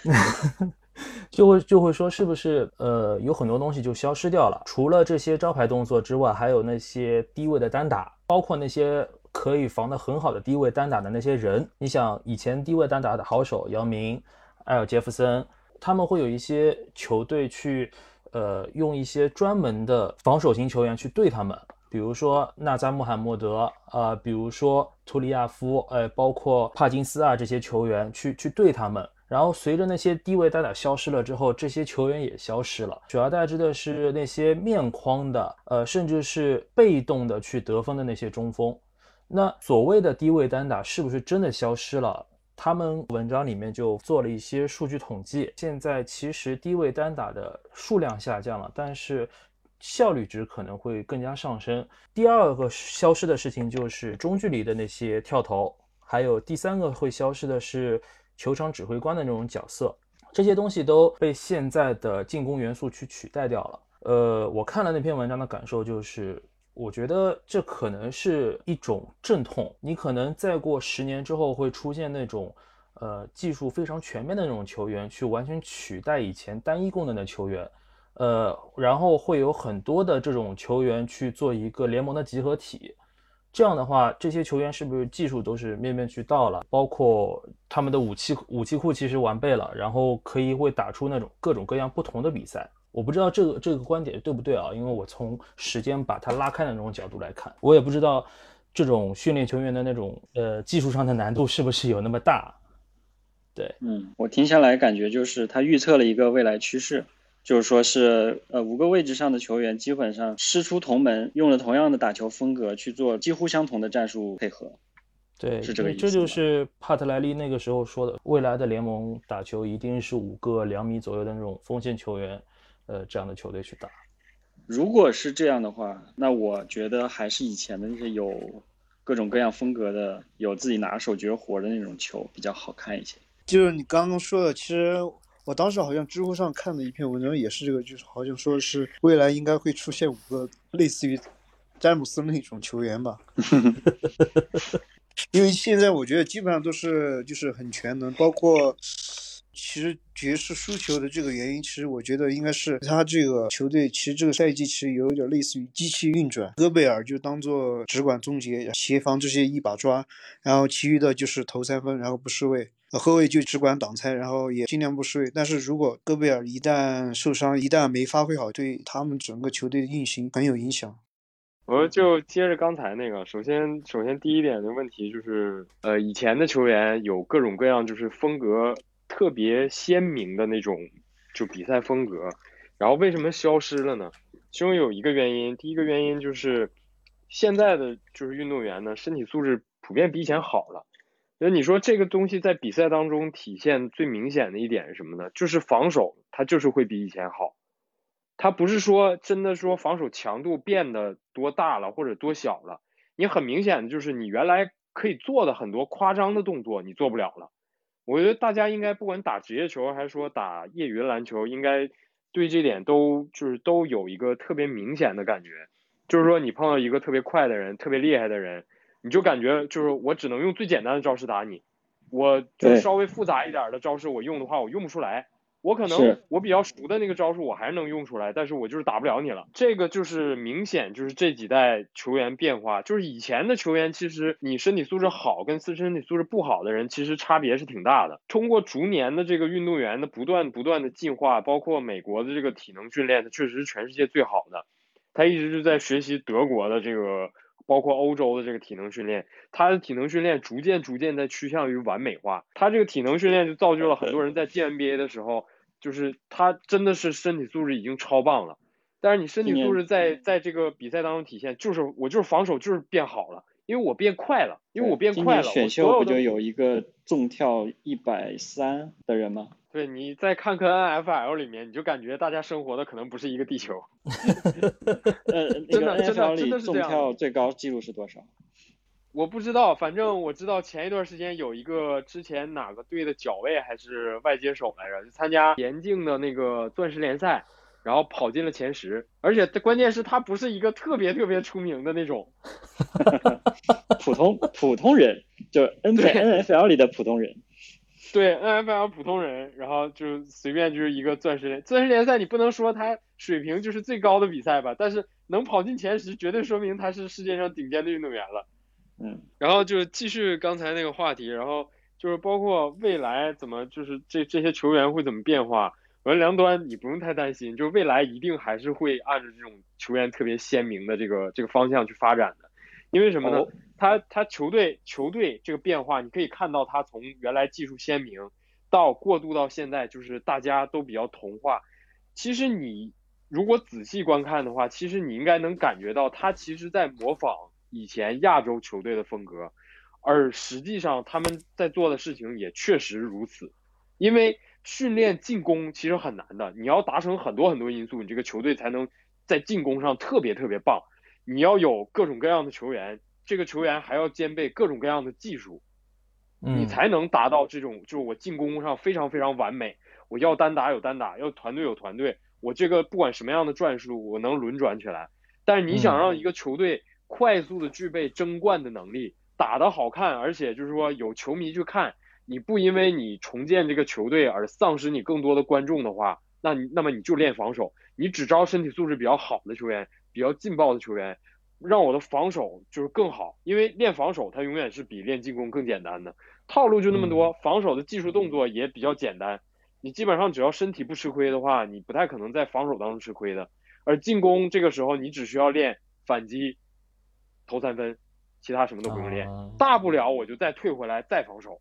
Speaker 2: 就会说是不是有很多东西就消失掉了，除了这些招牌动作之外，还有那些低位的单打，包括那些可以防得很好的低位单打的那些人。你想以前低位单打的好手姚明、埃尔杰弗森，他们会有一些球队去用一些专门的防守型球员去对他们， 比如说纳扎穆罕默德，比如说图里亚夫，包括帕金斯啊这些球员去对他们。然后随着那些低位单打消失了之后，这些球员也消失了，取而代之的是那些面框的，甚至是被动的去得分的那些中锋。那所谓的低位单打是不是真的消失了？他们文章里面就做了一些数据统计，现在其实低位单打的数量下降了，但是效率值可能会更加上升。第二个消失的事情就是中距离的那些跳投，还有第三个会消失的是球场指挥官的那种角色，这些东西都被现在的进攻元素去取代掉了。我看了那篇文章的感受就是，我觉得这可能是一种阵痛，你可能再过10年之后会出现那种技术非常全面的那种球员，去完全取代以前单一功能的球员。然后会有很多的这种球员去做一个联盟的集合体，这样的话，这些球员是不是技术都是面面俱到了？包括他们的武器库其实完备了，然后会打出那种各种各样不同的比赛。我不知道这个观点对不对啊？因为我从时间把它拉开的那种角度来看，我也不知道这种训练球员的那种技术上的难度是不是有那么大。对，
Speaker 1: 我听下来感觉就是他预测了一个未来趋势。就是说是5个位置上的球员基本上师出同门，用了同样的打球风格去做几乎相同的战术配合。
Speaker 2: 对，
Speaker 1: 是这个意思。
Speaker 2: 这就是帕特莱利那个时候说的，未来的联盟打球一定是5个2米左右的那种锋线球员，这样的球队去打。
Speaker 1: 如果是这样的话，那我觉得还是以前的那些有各种各样风格的、有自己拿手绝活的那种球比较好看一些。
Speaker 3: 就是你刚刚说的，其实我当时好像知乎上看的一篇文章也是这个，就是好像说是未来应该会出现5个类似于詹姆斯那种球员吧。因为现在我觉得基本上都是就是很全能，包括其实爵士输球的这个原因，其实我觉得应该是他这个球队其实这个赛季其实有点类似于机器运转，戈贝尔就当做只管终结协防这些一把抓，然后其余的就是投3分然后不失位，后卫就只管挡拆，然后也尽量不失位。但是如果戈贝尔一旦受伤，一旦没发挥好，对他们整个球队的运行很有影响。
Speaker 5: 我就接着刚才那个，首先第一点的问题就是，以前的球员有各种各样就是风格特别鲜明的那种就比赛风格，然后为什么消失了呢？其中有一个原因，第一个原因就是现在的就是运动员呢身体素质普遍比以前好了。那你说这个东西在比赛当中体现最明显的一点是什么呢？就是防守它就是会比以前好。他不是说真的说防守强度变得多大了或者多小了，你很明显的就是你原来可以做的很多夸张的动作你做不了了。我觉得大家应该不管打职业球还是说打业余篮球，应该对这点都有一个特别明显的感觉，就是说你碰到一个特别快的人特别厉害的人，你就感觉就是我只能用最简单的招式打你，我就稍微复杂一点的招式我用的话我用不出来，我可能我比较熟的那个招数我还是能用出来，但是我就是打不了你了。这个就是明显就是这几代球员变化，就是以前的球员其实你身体素质好跟身体素质不好的人其实差别是挺大的。通过逐年的这个运动员的不断的进化，包括美国的这个体能训练，它确实是全世界最好的，他一直是在学习德国的这个包括欧洲的这个体能训练，他的体能训练逐渐在趋向于完美化，他这个体能训练就造就了很多人在进 NBA 的时候，就是他真的是身体素质已经超棒了，但是你身体素质在这个比赛当中体现，就是我就是防守就是变好了，因为我变快了，今
Speaker 1: 年选秀不就有一个纵跳130的人吗？
Speaker 5: 对，你再看看 NFL 里面，你就感觉大家生活的可能不是一个地球。
Speaker 1: 真的 NFL 里纵跳最高纪录是多少？
Speaker 5: 我不知道，反正我知道前一段时间有一个之前哪个队的脚位还是外接手来着，就参加田径的那个钻石联赛，然后跑进了前10，而且关键是他不是一个特别出名的那种，
Speaker 1: 普通人，就 NFL 里的普通人。
Speaker 5: 对 NFL 普通人，然后就随便就是一个钻石联赛，你不能说他水平就是最高的比赛吧，但是能跑进前10，绝对说明他是世界上顶尖的运动员了。然后就继续刚才那个话题，然后就是包括未来怎么就是这些球员会怎么变化。 我说梁端你不用太担心，就未来一定还是会按照这种球员特别鲜明的这个方向去发展的。因为什么呢？他球队这个变化，你可以看到他从原来技术鲜明到过渡到现在就是大家都比较同化。其实你如果仔细观看的话，其实你应该能感觉到他其实在模仿以前亚洲球队的风格，而实际上他们在做的事情也确实如此。因为训练进攻其实很难的，你要达成很多很多因素，你这个球队才能在进攻上特别特别棒。你要有各种各样的球员，这个球员还要兼备各种各样的技术，你才能达到这种就是我进攻上非常非常完美。我要单打有单打，要团队有团队，我这个不管什么样的战术我能轮转起来。但是你想让一个球队快速的具备争冠的能力，打得好看，而且就是说有球迷去看，你不因为你重建这个球队而丧失你更多的观众的话，那么你就练防守，你只招身体素质比较好的球员，比较劲爆的球员，让我的防守就是更好。因为练防守它永远是比练进攻更简单的，套路就那么多，防守的技术动作也比较简单，你基本上只要身体不吃亏的话，你不太可能在防守当中吃亏的。而进攻这个时候你只需要练反击投3分，其他什么都不用练，大不了我就再退回来再防守。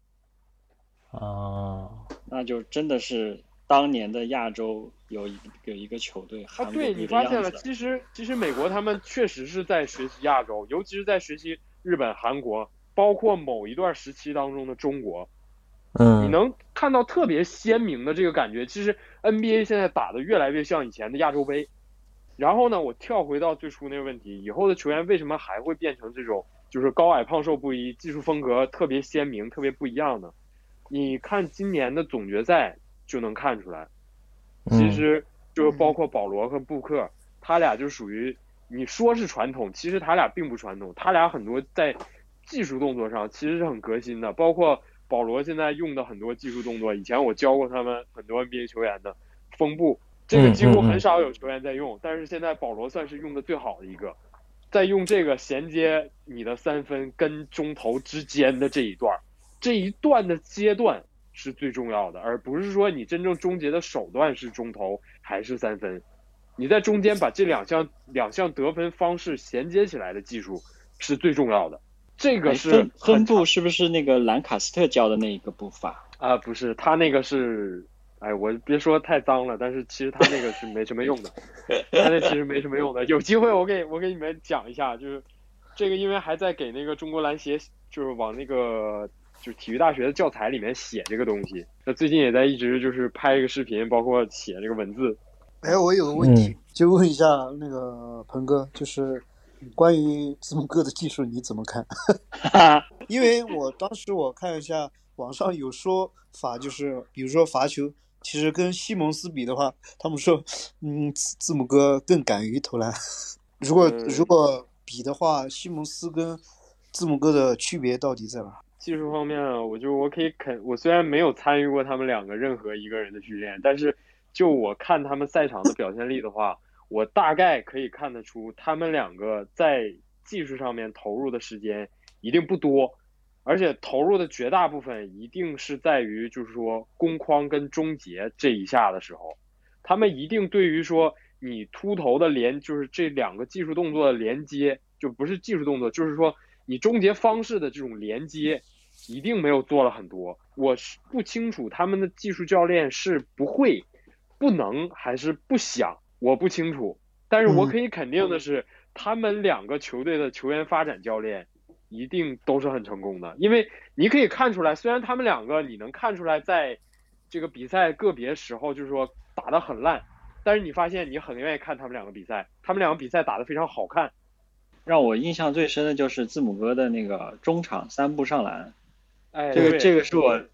Speaker 1: 那就真的是当年的亚洲有一个球队
Speaker 5: 对，你发现了，其实美国他们确实是在学习亚洲，尤其是在学习日本、韩国，包括某一段时期当中的中国。你能看到特别鲜明的这个感觉。其实 NBA 现在打得越来越像以前的亚洲杯。然后呢，我跳回到最初那个问题，以后的球员为什么还会变成这种就是高矮胖瘦不一，技术风格特别鲜明特别不一样呢？你看今年的总决赛就能看出来，其实就是包括保罗和布克，他俩就属于你说是传统，其实他俩并不传统，他俩很多在技术动作上其实是很革新的。包括保罗现在用的很多技术动作，以前我教过他们很多 NBA 球员的锋步，这个几乎很少有球员在用，但是现在保罗算是用的最好的一个，在用这个衔接你的3分跟中投之间的这一段的阶段是最重要的，而不是说你真正终结的手段是中投还是3分。你在中间把这两项得分方式衔接起来的技术是最重要的。这个是
Speaker 1: 分布是不是那个兰卡斯特教的那一个步伐
Speaker 5: 不是，他那个是我别说太脏了，但是其实他那个是没什么用的他那其实没什么用的。有机会我给你们讲一下，就是这个因为还在给那个中国篮协就是往那个就是体育大学的教材里面写这个东西，那最近也在一直就是拍一个视频，包括写这个文字。
Speaker 3: 我有个问题，就问一下那个鹏哥，就是关于字母哥的技术你怎么看？因为当时我看一下网上有说法，就是比如说罚球，其实跟西蒙斯比的话，他们说字母哥更敢于投篮。如果比的话，西蒙斯跟字母哥的区别到底在哪？
Speaker 5: 技术方面我虽然没有参与过他们两个任何一个人的训练，但是就我看他们赛场的表现力的话，我大概可以看得出他们两个在技术上面投入的时间一定不多，而且投入的绝大部分一定是在于就是说攻框跟终结这一下的时候，他们一定对于说你突投的就是这两个技术动作的连接，就不是技术动作，就是说你终结方式的这种连接一定没有做了很多。我是不清楚他们的技术教练是不会不能还是不想，我不清楚。但是我可以肯定的是他们两个球队的球员发展教练一定都是很成功的。因为你可以看出来，虽然他们两个你能看出来在这个比赛个别时候就是说打得很烂，但是你发现你很愿意看他们两个比赛，他们两个比赛打得非常好看。
Speaker 1: 让我印象最深的就是字母哥的那个中场3步上篮，这个是我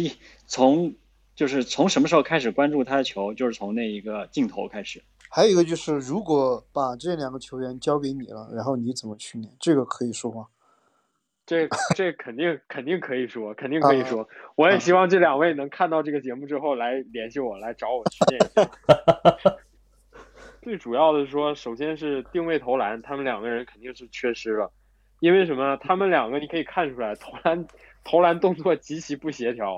Speaker 1: 从什么时候开始关注他的球，就是从那一个镜头开始。
Speaker 3: 还有一个就是，如果把这两个球员交给你了，然后你怎么训练？这个可以说吗？
Speaker 5: 这肯定可以说，肯定可以说。我也希望这两位能看到这个节目之后来联系我，来找我训练一下。最主要的是说，首先是定位投篮，他们两个人肯定是缺失了。因为什么？他们两个你可以看出来，投篮动作极其不协调。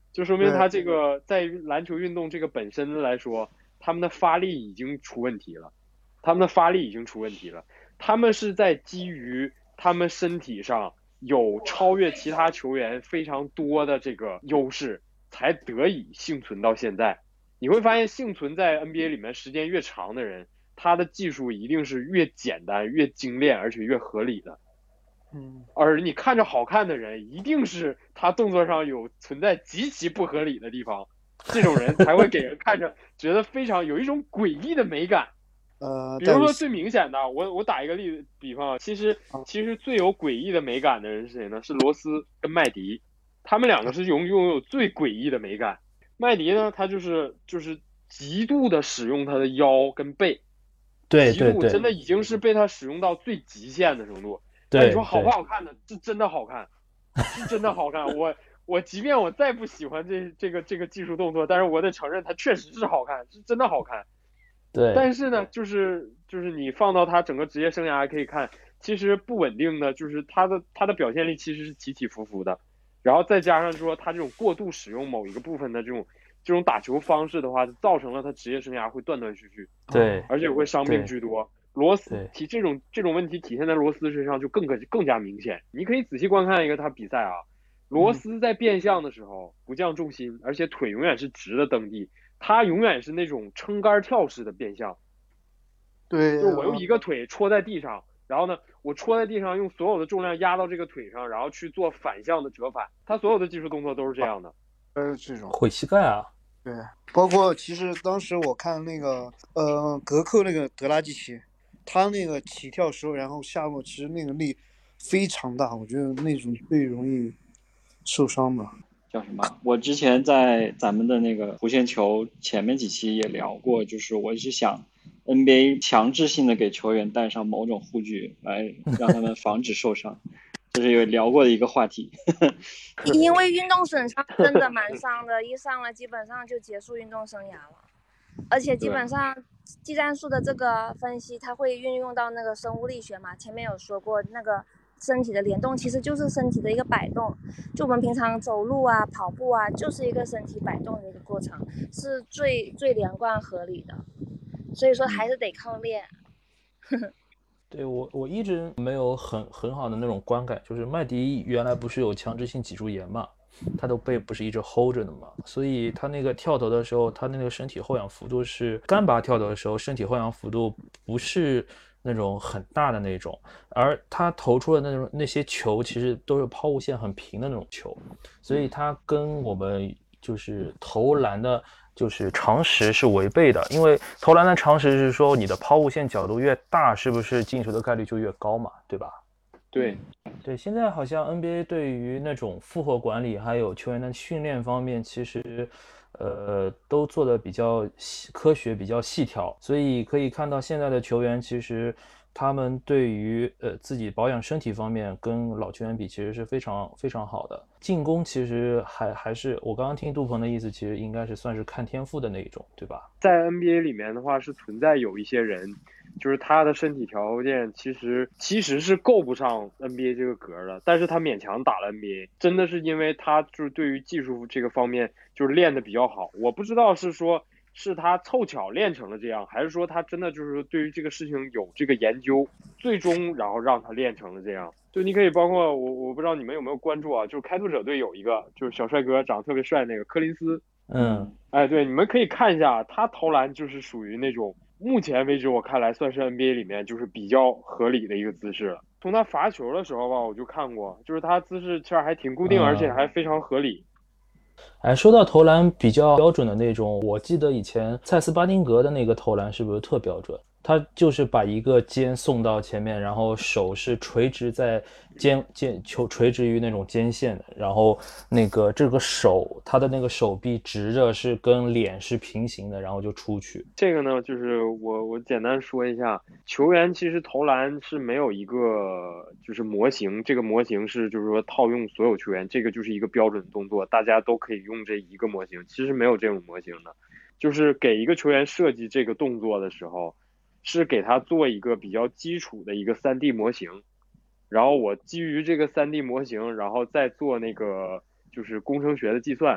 Speaker 5: 就说明他这个在于篮球运动这个本身来说，他们的发力已经出问题了，他们是在基于他们身体上有超越其他球员非常多的这个优势，才得以幸存到现在。你会发现幸存在 NBA 里面时间越长的人，他的技术一定是越简单、越精炼，而且越合理的。而你看着好看的人，一定是他动作上有存在极其不合理的地方，这种人才会给人看着觉得非常有一种诡异的美感。比如说最明显的，我打一个比方，其实最有诡异的美感的人是谁呢？是罗斯跟麦迪，他们两个是拥有最诡异的美感。麦迪呢，他就是极度的使用他的腰跟背，
Speaker 2: 对，
Speaker 5: 真的已经是被他使用到最极限的程度。
Speaker 2: 对，
Speaker 5: 你说好不好看呢？是真的好看，是真的好看。我即便我再不喜欢这个技术动作，但是我得承认它确实是好看，是真的好看。
Speaker 2: 对。
Speaker 5: 但是呢，就是你放到他整个职业生涯可以看，其实不稳定的，就是他的表现力其实是起起伏伏的。然后再加上说他这种过度使用某一个部分的这种打球方式的话，造成了他职业生涯会断断续续，
Speaker 2: 对，
Speaker 5: 而且会伤病居多。罗斯这种问题体现在罗斯身上就更加明显。你可以仔细观看一个他比赛啊，罗斯在变向的时候不降重心，而且腿永远是直的蹬地，他永远是那种撑杆跳式的变向。
Speaker 3: 对，
Speaker 5: 就是我用一个腿戳在地上，然后呢，我戳在地上用所有的重量压到这个腿上，然后去做反向的折返。他所有的技术动作都是这样的。
Speaker 3: 这种
Speaker 2: 毁膝盖啊。
Speaker 3: 对，包括其实当时我看那个格扣那个德拉季奇，他那个起跳时候，然后下落，其实那个力非常大，我觉得那种最容易受伤的。
Speaker 1: 叫什么？我之前在咱们的那个弧线球前面几期也聊过，就是我是想 NBA 强制性的给球员带上某种护具，来让他们防止受伤，就是有聊过的一个话题。
Speaker 4: 因为运动损伤真的蛮伤的，一上了基本上就结束运动生涯了，而且基本上技战术的这个分析，它会运用到那个生物力学嘛，前面有说过那个。身体的联动其实就是身体的一个摆动，就我们平常走路啊、跑步啊，就是一个身体摆动的一个过程，是最连贯合理的。所以说还是得靠练。
Speaker 2: 对，我一直没有很好的那种观感，就是麦迪原来不是有强制性脊柱炎嘛，他的背不是一直 hold 着的嘛，所以他那个跳投的时候，他那个身体后仰幅度是干拔跳投的时候，身体后仰幅度不是那种很大的那种，而他投出的那些球其实都是抛物线很平的那种球，所以他跟我们就是投篮的就是常识是违背的，因为投篮的常识是说你的抛物线角度越大，是不是进球的概率就越高嘛，对吧？
Speaker 5: 对，
Speaker 2: 现在好像 NBA 对于那种负荷管理还有球员的训练方面，其实都做的比较科学，比较细条，所以可以看到现在的球员其实他们对于自己保养身体方面跟老球员比，其实是非常非常好的。进攻其实还是我刚刚听杜鹏的意思，其实应该是算是看天赋的那一种，对吧？
Speaker 5: 在 NBA 里面的话，是存在有一些人，就是他的身体条件其实是够不上 NBA 这个格的，但是他勉强打了 NBA， 真的是因为他就是对于技术这个方面就是练得比较好。我不知道是说是他凑巧练成了这样，还是说他真的就是对于这个事情有这个研究，最终然后让他练成了这样。就你可以包括我不知道你们有没有关注啊，就是开拓者队有一个就是小帅哥长得特别帅那个柯林斯，对，你们可以看一下他投篮就是属于那种目前为止我看来算是 NBA 里面就是比较合理的一个姿势了。从他罚球的时候吧，我就看过，就是他姿势其实还挺固定，而且还非常合理。
Speaker 2: 说到投篮比较标准的那种，我记得以前蔡斯巴丁格的那个投篮是不是特标准？他就是把一个肩送到前面，然后手是垂直在球垂直于那种肩线的，然后那个这个手他的那个手臂直着是跟脸是平行的，然后就出去。
Speaker 5: 这个呢，就是我简单说一下，球员其实投篮是没有一个就是模型，这个模型是就是说套用所有球员，这个就是一个标准动作，大家都可以用这一个模型，其实没有这种模型的，就是给一个球员设计这个动作的时候，是给他做一个比较基础的一个 3D 模型，然后我基于这个 3D 模型，然后再做那个就是工程学的计算，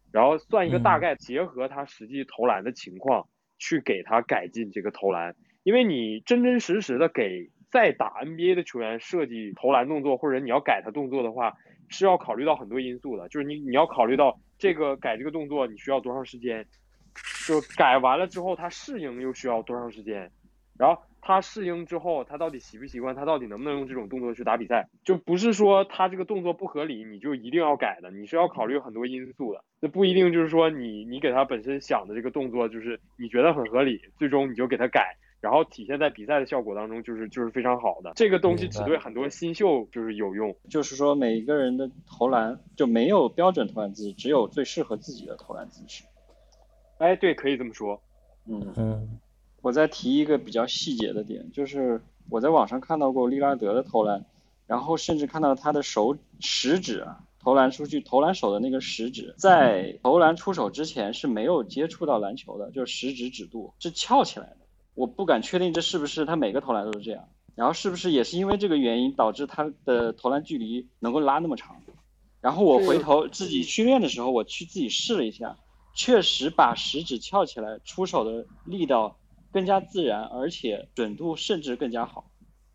Speaker 5: 然后算一个大概，结合他实际投篮的情况去给他改进这个投篮。因为你真真实实的给在打 NBA 的球员设计投篮动作，或者你要改他动作的话，是要考虑到很多因素的。就是你要考虑到这个改这个动作你需要多长时间，就改完了之后他适应又需要多长时间，然后他适应之后他到底习不习惯，他到底能不能用这种动作去打比赛，就不是说他这个动作不合理你就一定要改的，你是要考虑很多因素的。那不一定就是说你给他本身想的这个动作就是你觉得很合理，最终你就给他改，然后体现在比赛的效果当中就是非常好的。这个东西只对很多新秀就是有用。
Speaker 1: 就是说每一个人的投篮就没有标准投篮姿势，只有最适合自己的投篮姿势。
Speaker 5: 哎，对，可以这么说。
Speaker 1: 我再提一个比较细节的点，就是我在网上看到过利拉德的投篮，然后甚至看到他的食指投篮出去，投篮手的那个食指在投篮出手之前是没有接触到篮球的，就是食指指度是翘起来的。我不敢确定这是不是他每个投篮都是这样，然后是不是也是因为这个原因导致他的投篮距离能够拉那么长。然后我回头自己训练的时候，我去自己试了一下，确实把食指翘起来，出手的力道更加自然，而且准度甚至更加好。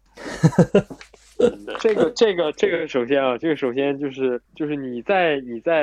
Speaker 5: 这个首先啊，这个首先就是你在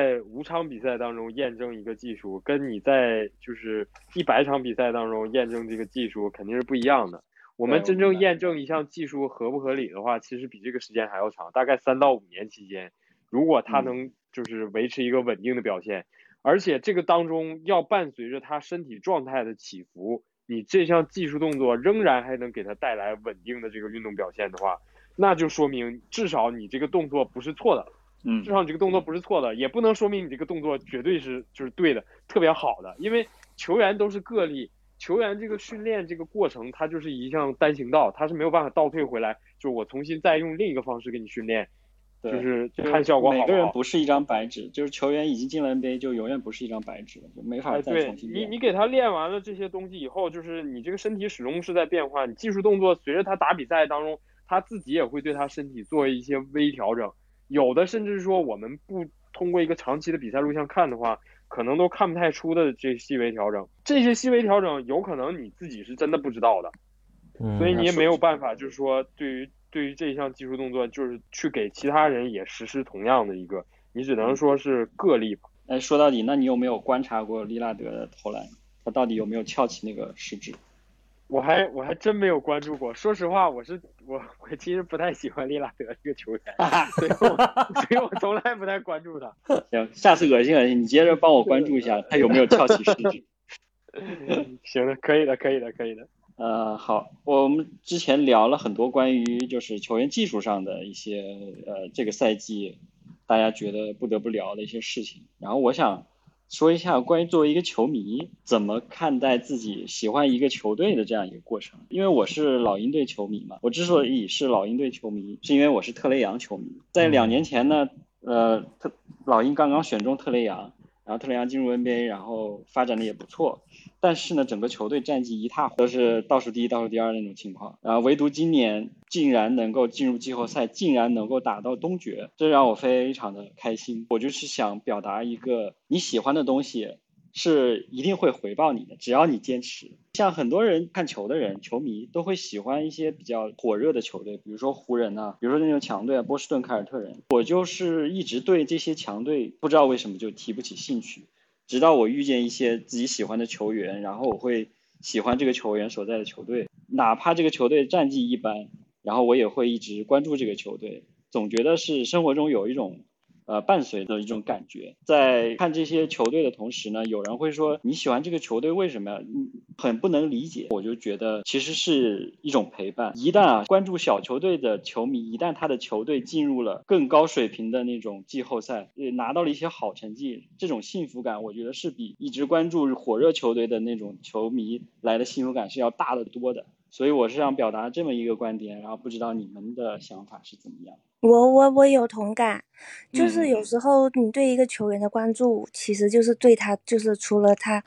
Speaker 5: 5场比赛当中验证一个技术，跟你在就是100场比赛当中验证这个技术肯定是不一样的。我们真正验证一项技术合不合理的话，其实比这个时间还要长，大概3到5年期间。如果他能就是维持一个稳定的表现，而且这个当中要伴随着他身体状态的起伏，你这项技术动作仍然还能给他带来稳定的这个运动表现的话，那就说明至少你这个动作不是错的，至少你这个动作不是错的，也不能说明你这个动作绝对是就是对的，特别好的，因为球员都是个例，球员这个训练这个过程它就是一项单行道，它是没有办法倒退回来，就是我重新再用另一个方式给你训练。就是看效果好不好。
Speaker 1: 每个人不是一张白纸，就是球员已经进了 NBA 就永远不是一张白纸了，就没法再重新练。
Speaker 5: 你给他练完了这些东西以后，就是你这个身体始终是在变化，你技术动作随着他打比赛当中，他自己也会对他身体做一些微调整。有的甚至说我们不通过一个长期的比赛录像看的话，可能都看不太出的这细微调整。这些细微调整有可能你自己是真的不知道的，所以你也没有办法就是说对于这一项技术动作，就是去给其他人也实施同样的一个，你只能说是个例吧。
Speaker 1: 哎，说到底，那你有没有观察过利拉德的投篮？他到底有没有翘起那个食指？
Speaker 5: 我还真没有关注过。说实话，我其实不太喜欢利拉德这个球员，所以我从来不太关注他。
Speaker 1: 行，下次恶心恶心，你接着帮我关注一下他有没有翘起食指。
Speaker 5: 行的，可以的。
Speaker 1: 好，我们之前聊了很多关于就是球员技术上的一些这个赛季大家觉得不得不聊的一些事情，然后我想说一下关于作为一个球迷怎么看待自己喜欢一个球队的这样一个过程。因为我是老鹰队球迷嘛，我之所以是老鹰队球迷，是因为我是特雷杨球迷。在2年前呢，老鹰刚刚选中特雷杨，然后特雷杨进入 NBA， 然后发展的也不错，但是呢，整个球队战绩一塌糊涂，都是倒数第一、倒数第二那种情况。然后唯独今年竟然能够进入季后赛，竟然能够打到东决，这让我非常的开心。我就是想表达一个，你喜欢的东西是一定会回报你的，只要你坚持。像很多人看球的人，球迷都会喜欢一些比较火热的球队，比如说湖人啊，比如说那种强队啊，波士顿凯尔特人。我就是一直对这些强队不知道为什么就提不起兴趣，直到我遇见一些自己喜欢的球员，然后我会喜欢这个球员所在的球队，哪怕这个球队战绩一般，然后我也会一直关注这个球队，总觉得是生活中有一种伴随的一种感觉。在看这些球队的同时呢，有人会说你喜欢这个球队为什么呀？很不能理解。我就觉得其实是一种陪伴。一旦关注小球队的球迷，一旦他的球队进入了更高水平的那种季后赛，拿到了一些好成绩，这种幸福感我觉得是比一直关注火热球队的那种球迷来的幸福感是要大得多的。所以我是想表达这么一个观点，然后不知道你们的想法是怎么样。
Speaker 4: 我有同感，就是有时候你对一个球员的关注，其实就是对他，就是除了他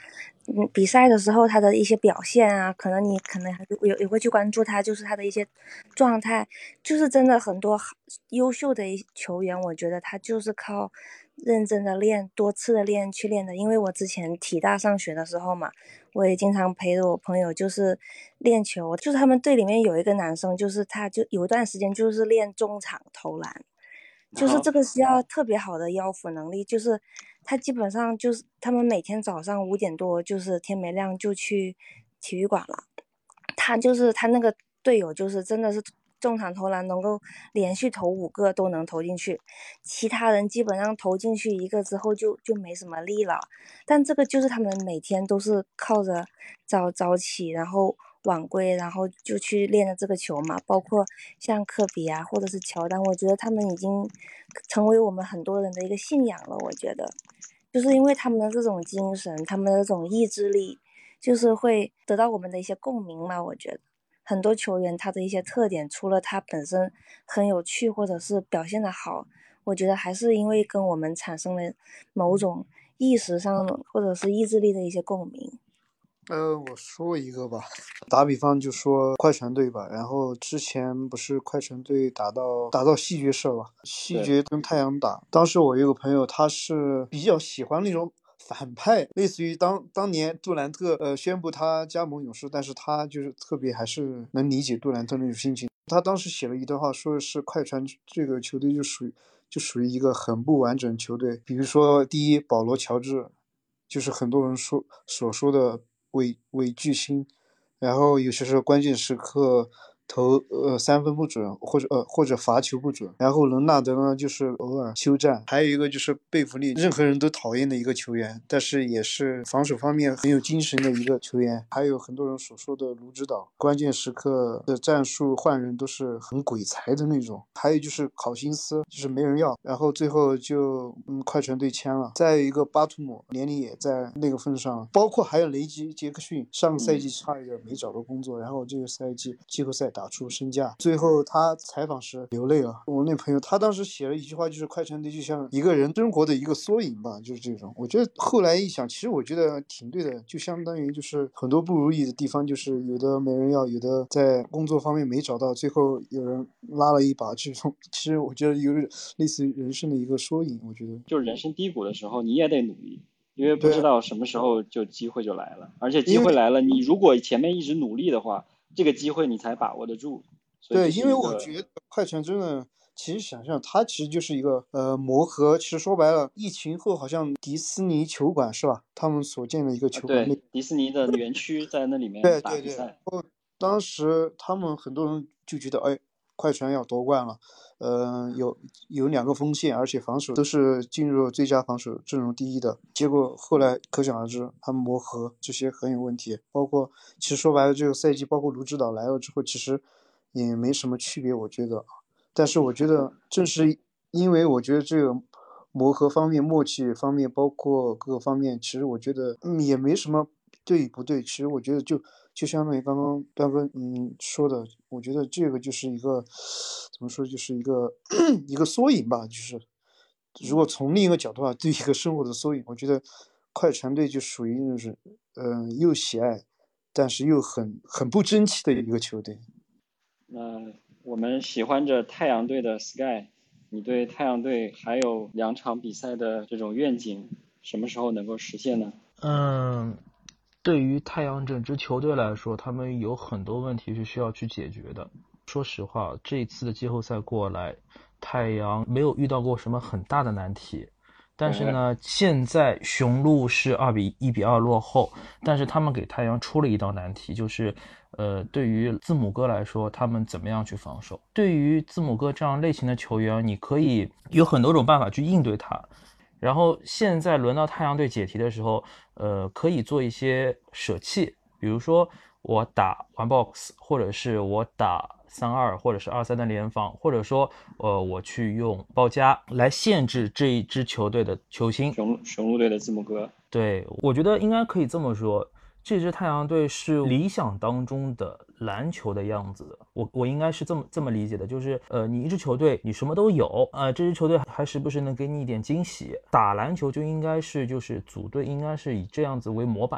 Speaker 4: 比赛的时候他的一些表现啊，可能你可能也会去关注他，就是他的一些状态，就是真的很多优秀的球员，我觉得他就是靠认真的练，多次的练去练的。因为我之前体大上学的时候嘛，我也经常陪着我朋友就是练球，就是他们队里面有一个男生，就是他就有一段时间就是练中场投篮，就是这个需要特别好的腰腹能力，就是他基本上就是他们每天早上5点多就是天没亮就去体育馆了，他那个队友就是真的是中场投篮能够连续投5个都能投进去，其他人基本上投进去1个之后就没什么力了，但这个就是他们每天都是靠着早起然后晚归然后就去练的这个球嘛，包括像科比啊或者是乔丹，我觉得他们已经成为我们很多人的一个信仰了。我觉得就是因为他们的这种精神，他们的这种意志力，就是会得到我们的一些共鸣嘛。我觉得很多球员他的一些特点，除了他本身很有趣或者是表现的好，我觉得还是因为跟我们产生了某种意识上或者是意志力的一些共鸣。
Speaker 3: 我说一个吧，打比方就说快船队吧，然后之前不是快船队打到西决社吧，西决跟太阳打，当时我有个朋友他是比较喜欢那种反派，类似于当年杜兰特宣布他加盟勇士，但是他就是特别还是能理解杜兰特那种心情，他当时写了一段话，说是快船这个球队就属于一个很不完整球队，比如说第一保罗乔治就是很多人所说的伪巨星，然后有些时候关键时刻投3分不准，或者罚球不准。然后伦纳德呢，就是偶尔休战。还有一个就是贝弗利，任何人都讨厌的一个球员，但是也是防守方面很有精神的一个球员。还有很多人所说的卢指导，关键时刻的战术换人都是很鬼才的那种。还有就是考辛斯，就是没人要，然后最后就快船队签了。再有一个巴图姆，年龄也在那个份上，包括还有雷吉杰克逊，上个赛季差一点没找到工作，然后这个赛季季后赛打出身价，最后他采访时流泪了。我那朋友他当时写了一句话，就是快船队就像一个人生活的一个缩影吧，就是这种。我觉得后来一想，其实我觉得挺对的，就相当于就是很多不如意的地方，就是有的没人要，有的在工作方面没找到，最后有人拉了一把，这种其实我觉得有点类似于人生的一个缩影。我觉得
Speaker 1: 就是人生低谷的时候，你也得努力，因为不知道什么时候就机会就来了，而且机会来了，你如果前面一直努力的话，这个机会你才把握得住。
Speaker 3: 对，因为我觉得快船真的，其实想象它其实就是一个磨合。其实说白了，疫情后好像迪士尼球馆是吧？他们所建的一个球馆，
Speaker 1: 对，迪士尼的园区在那里面打比赛。
Speaker 3: 对。当时他们很多人就觉得，哎，快船要夺冠了。有2个锋线，而且防守都是进入最佳防守阵容第1的。结果后来可想而知，他们磨合这些很有问题。包括其实说白了，这个赛季包括卢指导来了之后，其实也没什么区别，我觉得。但是我觉得正是因为我觉得这个磨合方面、默契方面，包括各个方面，其实我觉得也没什么对与不对。其实我觉得就相当于刚刚段哥说的，我觉得这个就是一个怎么说，就是一个一个缩影吧。就是如果从另一个角度的话，对一个生活的缩影，我觉得快船队就属于就是又喜爱，但是又很不争气的一个球队。
Speaker 1: 我们喜欢着太阳队的 Sky， 你对太阳队还有2场比赛的这种愿景，什么时候能够实现呢？
Speaker 2: 对于太阳这支球队来说，他们有很多问题是需要去解决的。说实话，这一次的季后赛过来，太阳没有遇到过什么很大的难题。但是呢，现在雄鹿是1比2落后，但是他们给太阳出了一道难题，就是对于字母哥来说，他们怎么样去防守？对于字母哥这样类型的球员，你可以有很多种办法去应对他。然后现在轮到太阳队解题的时候，可以做一些舍弃，比如说我打 one box， 或者是我打3-2，或者是2-3的联防，或者说我去用包夹来限制这一支球队的球星。
Speaker 1: 雄鹿队的字母哥。
Speaker 2: 对，我觉得应该可以这么说，这支太阳队是理想当中的篮球的样子的。我应该是这么理解的，就是你一支球队你什么都有，这支球队还时不时能给你一点惊喜。打篮球就应该是就是组队应该是以这样子为模板的。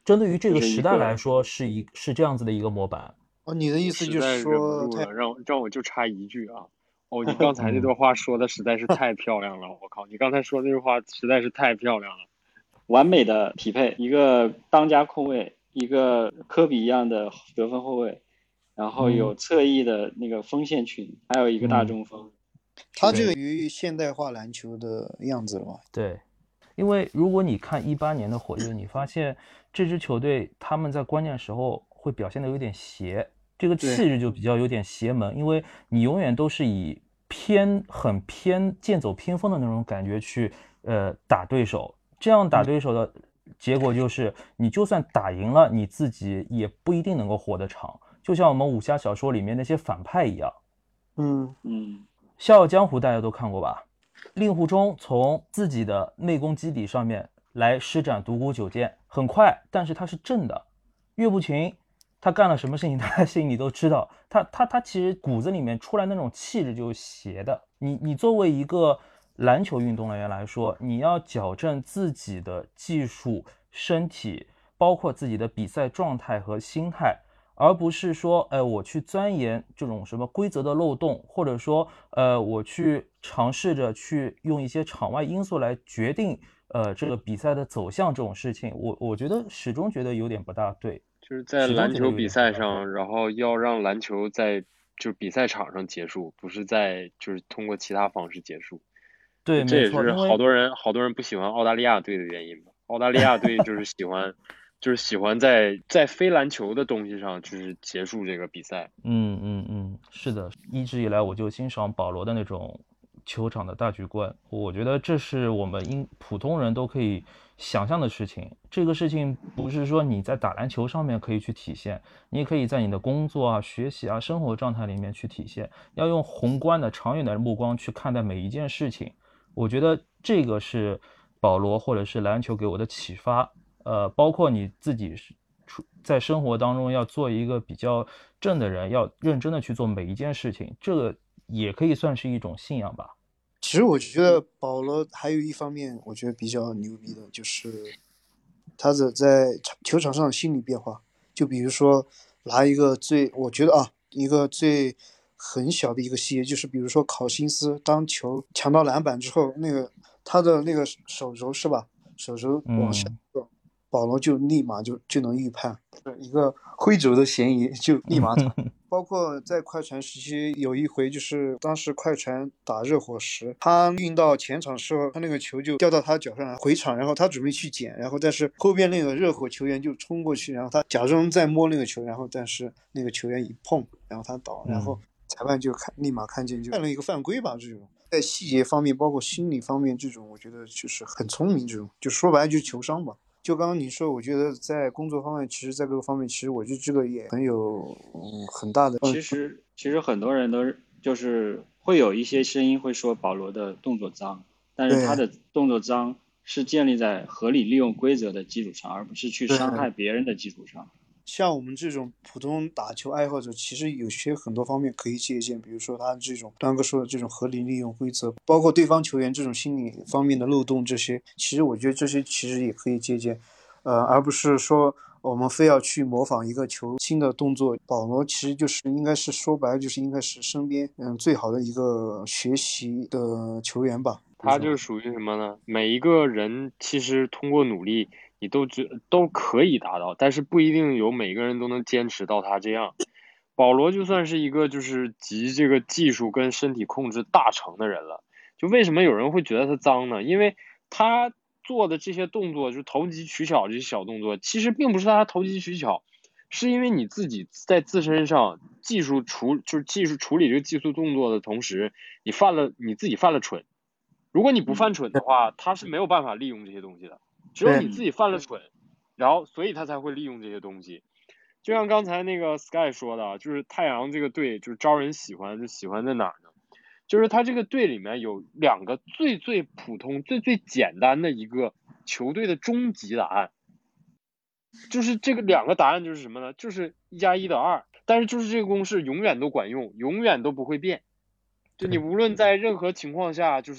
Speaker 2: 针对于这个时代来说是这样子的一个模板。
Speaker 3: 你的意思就是说
Speaker 5: 让我就插一句啊。你刚才那段话说的实在是太漂亮了，我靠！你刚才说那句话实在是太漂亮了，
Speaker 1: 完美的匹配，一个当家控卫，一个科比一样的得分后卫，然后有侧翼的那个锋线群，还有一个大中锋。
Speaker 3: 他这个于现代化篮球的样子了嘛？
Speaker 2: 对，因为如果你看18年的火箭，你发现这支球队他们在关键时候会表现的有点邪，这个气质就比较有点邪门，因为你永远都是以很偏剑走偏锋的那种感觉去打对手，这样打对手的结果就是你就算打赢了，你自己也不一定能够活得长，就像我们武侠小说里面那些反派一样。笑傲江湖大家都看过吧？令狐冲从自己的内功基底上面来施展独孤九剑，很快，但是他是正的。岳不群他干了什么事情，他心里都知道，他其实骨子里面出来那种气质就是邪的。你作为一个篮球运动员来说，你要矫正自己的技术、身体，包括自己的比赛状态和心态，而不是说我去钻研这种什么规则的漏洞，或者说我去尝试着去用一些场外因素来决定这个比赛的走向，这种事情我觉得始终觉得有点不大对。
Speaker 5: 就是在篮球比赛上，然后要让篮球在就比赛场上结束，不是在就是通过其他方式结束。
Speaker 2: 对，
Speaker 5: 这也是好多人不喜欢澳大利亚队的原因吧。澳大利亚队就是喜欢在非篮球的东西上就是结束这个比赛。
Speaker 2: 是的，一直以来我就欣赏保罗的那种球场的大局观，我觉得这是我们普通人都可以想象的事情。这个事情不是说你在打篮球上面可以去体现，你也可以在你的工作啊、学习啊、生活状态里面去体现，要用宏观的长远的目光去看待每一件事情。我觉得这个是保罗或者是篮球给我的启发。包括你自己在生活当中要做一个比较正的人，要认真的去做每一件事情，这个也可以算是一种信仰吧。
Speaker 3: 其实我觉得保罗还有一方面我觉得比较牛逼的，就是他的在球场上的心理变化。就比如说拿我觉得一个最很小的一个细节，就是比如说考辛斯当球抢到篮板之后，他的那个手肘是吧，手肘往下保罗就立马就能预判，一个挥肘的嫌疑就立马打。包括在快船时期有一回，就是当时快船打热火时，他运到前场的时候，他那个球就掉到他脚上来，回场，然后他准备去捡，然后但是后边那个热火球员就冲过去，然后他假装在摸那个球，然后但是那个球员一碰，然后他倒，然后裁判就立马看见，就判了一个犯规吧。这种在细节方面包括心理方面，这种我觉得就是很聪明，这种就说白了就是球商吧。就刚刚你说，我觉得在工作方面，其实在各个方面，其实我觉得这个也很有很大的。
Speaker 1: 其实很多人都就是会有一些声音会说保罗的动作脏，但是他的动作脏是建立在合理利用规则的基础上，而不是去伤害别人的基础上。
Speaker 3: 像我们这种普通打球爱好者，其实有些很多方面可以借鉴，比如说他这种端哥说的这种合理利用规则，包括对方球员这种心理方面的漏洞，这些其实我觉得这些其实也可以借鉴，而不是说我们非要去模仿一个球星的动作。保罗其实就是应该是说白了就是应该是身边最好的一个学习的球员吧。
Speaker 5: 他就是属于什么呢？每一个人其实通过努力你都可以达到，但是不一定有每个人都能坚持到他这样。保罗就算是一个就是集这个技术跟身体控制大成的人了。就为什么有人会觉得他脏呢？因为他做的这些动作，就是投机取巧这些小动作，其实并不是他投机取巧，是因为你自己在自身上技术处理这个技术动作的同时，你自己犯了蠢。如果你不犯蠢的话，他是没有办法利用这些东西的。只有你自己犯了蠢，然后所以他才会利用这些东西。就像刚才那个 Sky 说的，就是太阳这个队就是招人喜欢，就喜欢在哪儿呢？就是他这个队里面有两个最普通、最简单的一个球队的终极答案，就是这个两个答案就是什么呢？就是1+1等于2，但是就是这个公式永远都管用，永远都不会变。就你无论在任何情况下，就是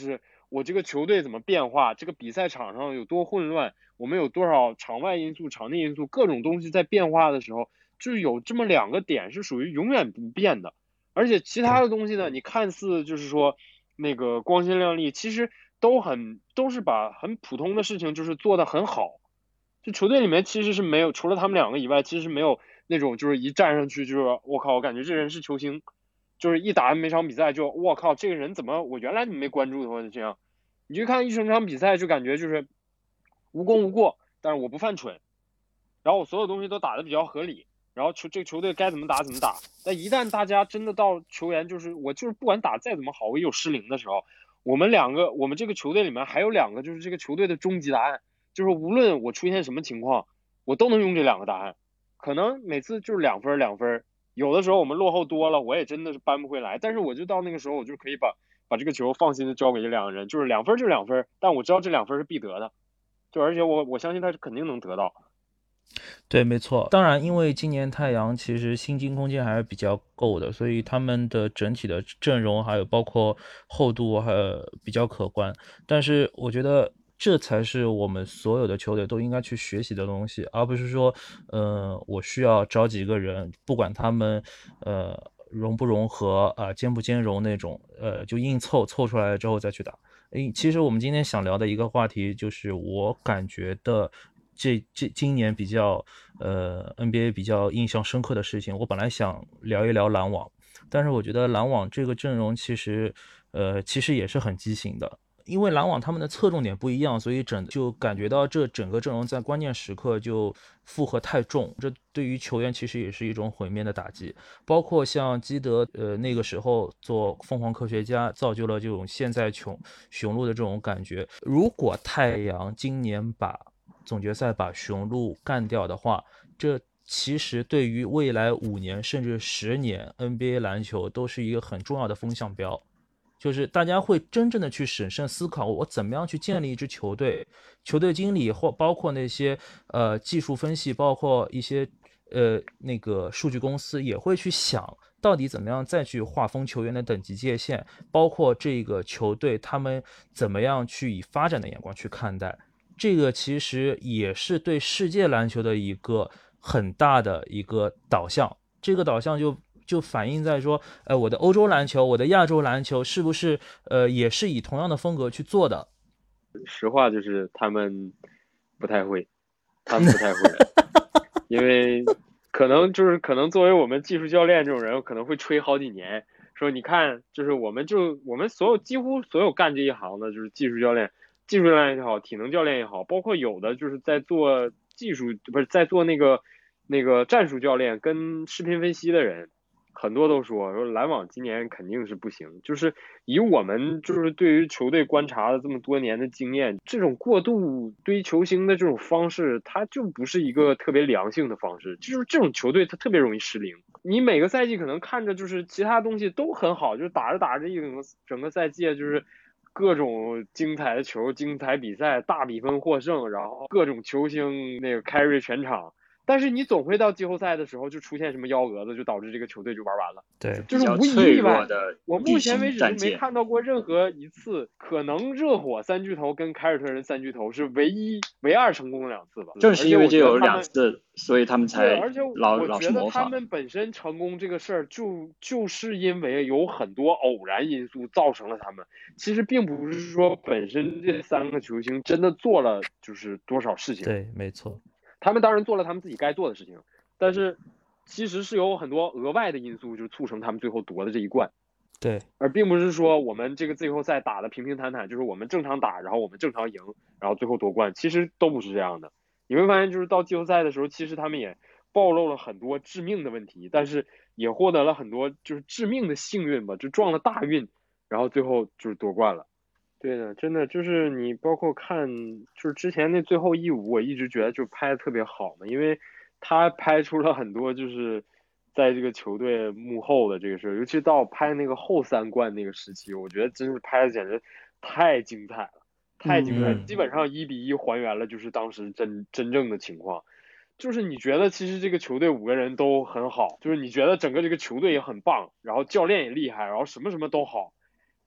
Speaker 5: 我这个球队怎么变化，这个比赛场上有多混乱，我们有多少场外因素、场内因素，各种东西在变化的时候，就有这么2个点是属于永远不变的。而且其他的东西呢，你看似就是说那个光鲜亮丽，其实都是把很普通的事情就是做得很好。就球队里面其实是没有，除了他们2个以外，其实是没有那种就是一站上去就是我靠，我感觉这人是球星，就是一打每场比赛就我靠，这个人怎么我原来没关注的或者这样，你就看一整场比赛就感觉就是无功无过，但是我不犯蠢，然后我所有东西都打得比较合理，然后这个球队该怎么打怎么打。但一旦大家真的到球员就是我就是不管打再怎么好，我有失灵的时候，我们这个球队里面还有2个就是这个球队的终极答案，就是无论我出现什么情况，我都能用这2个答案。可能每次就是2分2分，有的时候我们落后多了，我也真的是扳不回来，但是我就到那个时候，我就可以把这个球放心的交给这2个人，就是2分就2分，但我知道这2分是必得的，就而且我相信他是肯定能得到。
Speaker 2: 对，没错。当然，因为今年太阳其实薪金空间还是比较够的，所以他们的整体的阵容还有包括厚度还比较可观。但是我觉得这才是我们所有的球队都应该去学习的东西，而不是说，我需要找几个人，不管他们融不融合啊，兼不兼容那种，就硬凑出来了之后再去打。其实我们今天想聊的一个话题就是我感觉的。今年比较NBA 比较印象深刻的事情，我本来想聊一聊篮网，但是我觉得篮网这个阵容其实也是很畸形的，因为篮网他们的侧重点不一样，所以就感觉到这整个阵容在关键时刻就负荷太重，这对于球员其实也是一种毁灭的打击。包括像基德那个时候做疯狂科学家，造就了这种现在雄鹿的这种感觉。如果太阳今年把总决赛把雄鹿干掉的话，这其实对于未来5年甚至10年 NBA 篮球都是一个很重要的风向标，就是大家会真正的去审慎思考，我怎么样去建立一支球队，球队经理或包括那些技术分析，包括一些那个数据公司也会去想，到底怎么样再去划分球员的等级界限，包括这个球队他们怎么样去以发展的眼光去看待。这个其实也是对世界篮球的一个很大的一个导向，这个导向就反映在说，我的欧洲篮球，我的亚洲篮球是不是也是以同样的风格去做的？
Speaker 5: 实话就是他们不太会，因为可能作为我们技术教练这种人，可能会吹好几年，说你看，就是我们几乎所有干这一行的，就是技术教练也好，体能教练也好，包括有的就是在做在做那个战术教练跟视频分析的人，很多都说篮网今年肯定是不行，就是以我们就是对于球队观察了这么多年的经验，这种过度堆球星的这种方式，它就不是一个特别良性的方式，就是这种球队它特别容易失灵。你每个赛季可能看着就是其他东西都很好，就是打着打着整个赛季就是各种精彩的球、精彩比赛、大比分获胜，然后各种球星那个 carry 全场。但是你总会到季后赛的时候就出现什么幺蛾子，就导致这个球队就玩完了。
Speaker 2: 对，
Speaker 5: 就是无一例外。我目前为止是没看到过任何一次，可能热火3巨头跟凯尔特人3巨头是唯二成功的2次吧。
Speaker 1: 正是因为就有2次，所以他们才
Speaker 5: 而且我觉得他们本身成功这个事儿，就是因为有很多偶然因素造成了他们。其实并不是说本身这3个球星真的做了就是多少事情。
Speaker 2: 对，没错。
Speaker 5: 他们当然做了他们自己该做的事情，但是其实是有很多额外的因素，就促成他们最后夺的这一冠。
Speaker 2: 对，
Speaker 5: 而并不是说我们这个季后赛打得平平坦坦，就是我们正常打，然后我们正常赢，然后最后夺冠，其实都不是这样的。你会发现，就是到季后赛的时候，其实他们也暴露了很多致命的问题，但是也获得了很多就是致命的幸运吧，就撞了大运，然后最后就是夺冠了。对的，真的就是你包括看，就是之前那最后1-5，我一直觉得就拍的特别好嘛，因为他拍出了很多就是在这个球队幕后的这个事儿，尤其到拍那个后3冠那个时期，我觉得真是拍的简直太精彩了，太精彩，基本上1比1还原了就是当时真正的情况。就是你觉得其实这个球队5个人都很好，就是你觉得整个这个球队也很棒，然后教练也厉害，然后什么什么都好。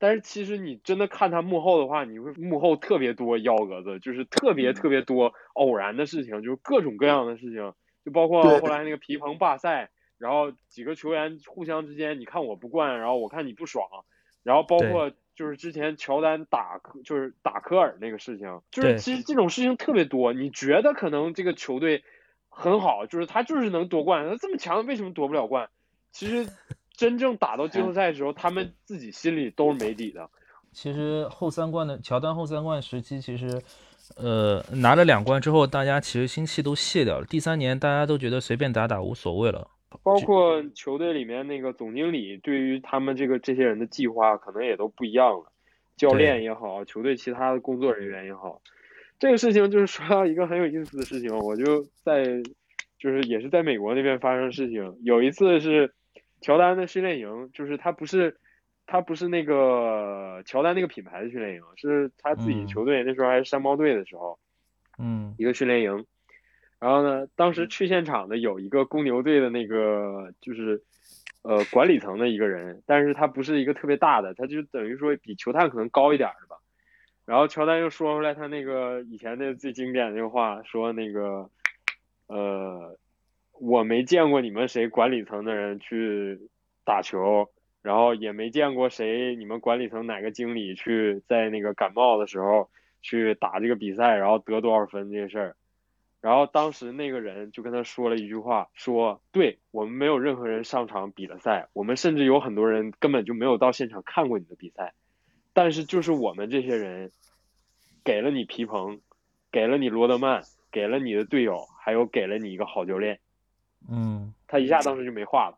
Speaker 5: 但是其实你真的看他幕后的话，你会幕后特别多幺蛾子，就是特别多偶然的事情，就是各种各样的事情，就包括后来那个皮蓬罢赛，然后几个球员互相之间，你看我不惯，然后我看你不爽，然后包括就是之前乔丹打科尔那个事情，就是其实这种事情特别多。你觉得可能这个球队很好，就是他就是能夺冠，他这么强，为什么夺不了冠？其实真正打到季后赛的时候，他们自己心里都是没底的。
Speaker 2: 其实乔丹后三冠时期，其实拿了2冠之后，大家其实心气都泄掉了。第3年大家都觉得随便打打无所谓了。
Speaker 5: 包括球队里面那个总经理对于他们这些人的计划可能也都不一样了，教练也好，球队其他的工作人员也好，这个事情就是说到一个很有意思的事情，我就是也是在美国那边发生的事情。有一次是乔丹的训练营，就是他不是那个乔丹那个品牌的训练营，是他自己球队那时候还是山猫队的时候，一个训练营。然后呢，当时去现场的有一个公牛队的那个就是管理层的一个人，但是他不是一个特别大的，他就等于说比球探可能高一点的吧。然后乔丹又说出来他那个以前的最经典的那个话，说那个我没见过你们谁管理层的人去打球，然后也没见过你们管理层哪个经理去在那个感冒的时候去打这个比赛，然后得多少分这些事儿。然后当时那个人就跟他说了一句话，说对，我们没有任何人上场比了赛，我们甚至有很多人根本就没有到现场看过你的比赛，但是就是我们这些人给了你皮蓬，给了你罗德曼，给了你的队友，还有给了你一个好教练。他一下当时就没话了。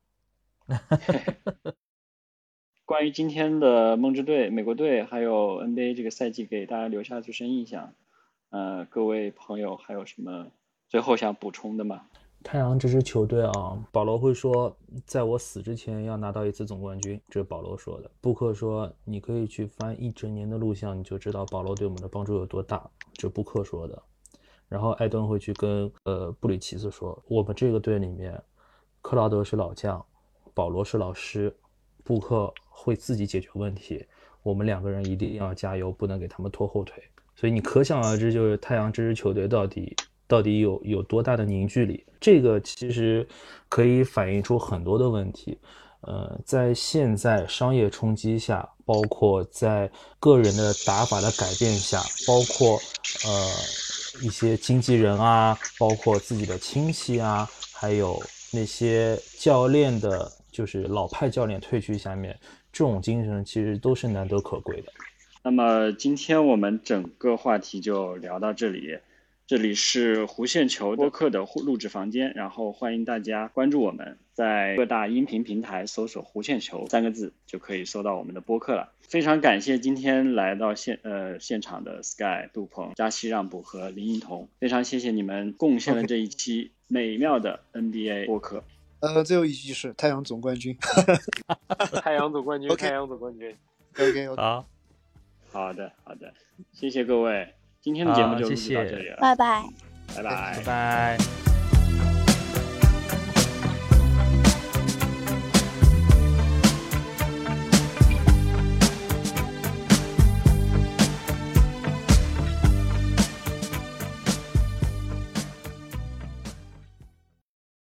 Speaker 1: 关于今天的梦之队、美国队还有 NBA 这个赛季给大家留下最深印象，各位朋友还有什么最后想补充的吗？
Speaker 2: 太阳这支球队啊，保罗会说在我死之前要拿到1次总冠军，这是保罗说的。布克说你可以去翻1整年的录像，你就知道保罗对我们的帮助有多大，这布克说的。然后艾顿会去跟布里奇斯说，我们这个队里面克劳德是老将，保罗是老师，布克会自己解决问题，我们2个人一定要加油，不能给他们拖后腿。所以你可想而知，就是太阳这支球队到底有多大的凝聚力。这个其实可以反映出很多的问题。在现在商业冲击下，包括在个人的打法的改变下，包括一些经纪人啊，包括自己的亲戚啊，还有那些教练的，就是老派教练退去下面，这种精神其实都是难得可贵的。
Speaker 1: 那么今天我们整个话题就聊到这里，这里是弧线球播客的录制房间，然后欢迎大家关注我们，在各大音频平台搜索弧线球3个字就可以搜到我们的播客了。非常感谢今天来到现场的 Sky、杜鹏、扎西让步和林欣彤，非常谢谢你们贡献了这一期美妙的 NBA 播客。
Speaker 3: 最后一句是太阳总冠军。
Speaker 5: 太阳总冠军，
Speaker 3: okay.
Speaker 5: 太阳总冠军。
Speaker 3: OK，
Speaker 1: 好的，谢谢各位，今天的节目就录制到这里了，
Speaker 4: 拜拜，
Speaker 1: 拜拜，
Speaker 2: 拜拜。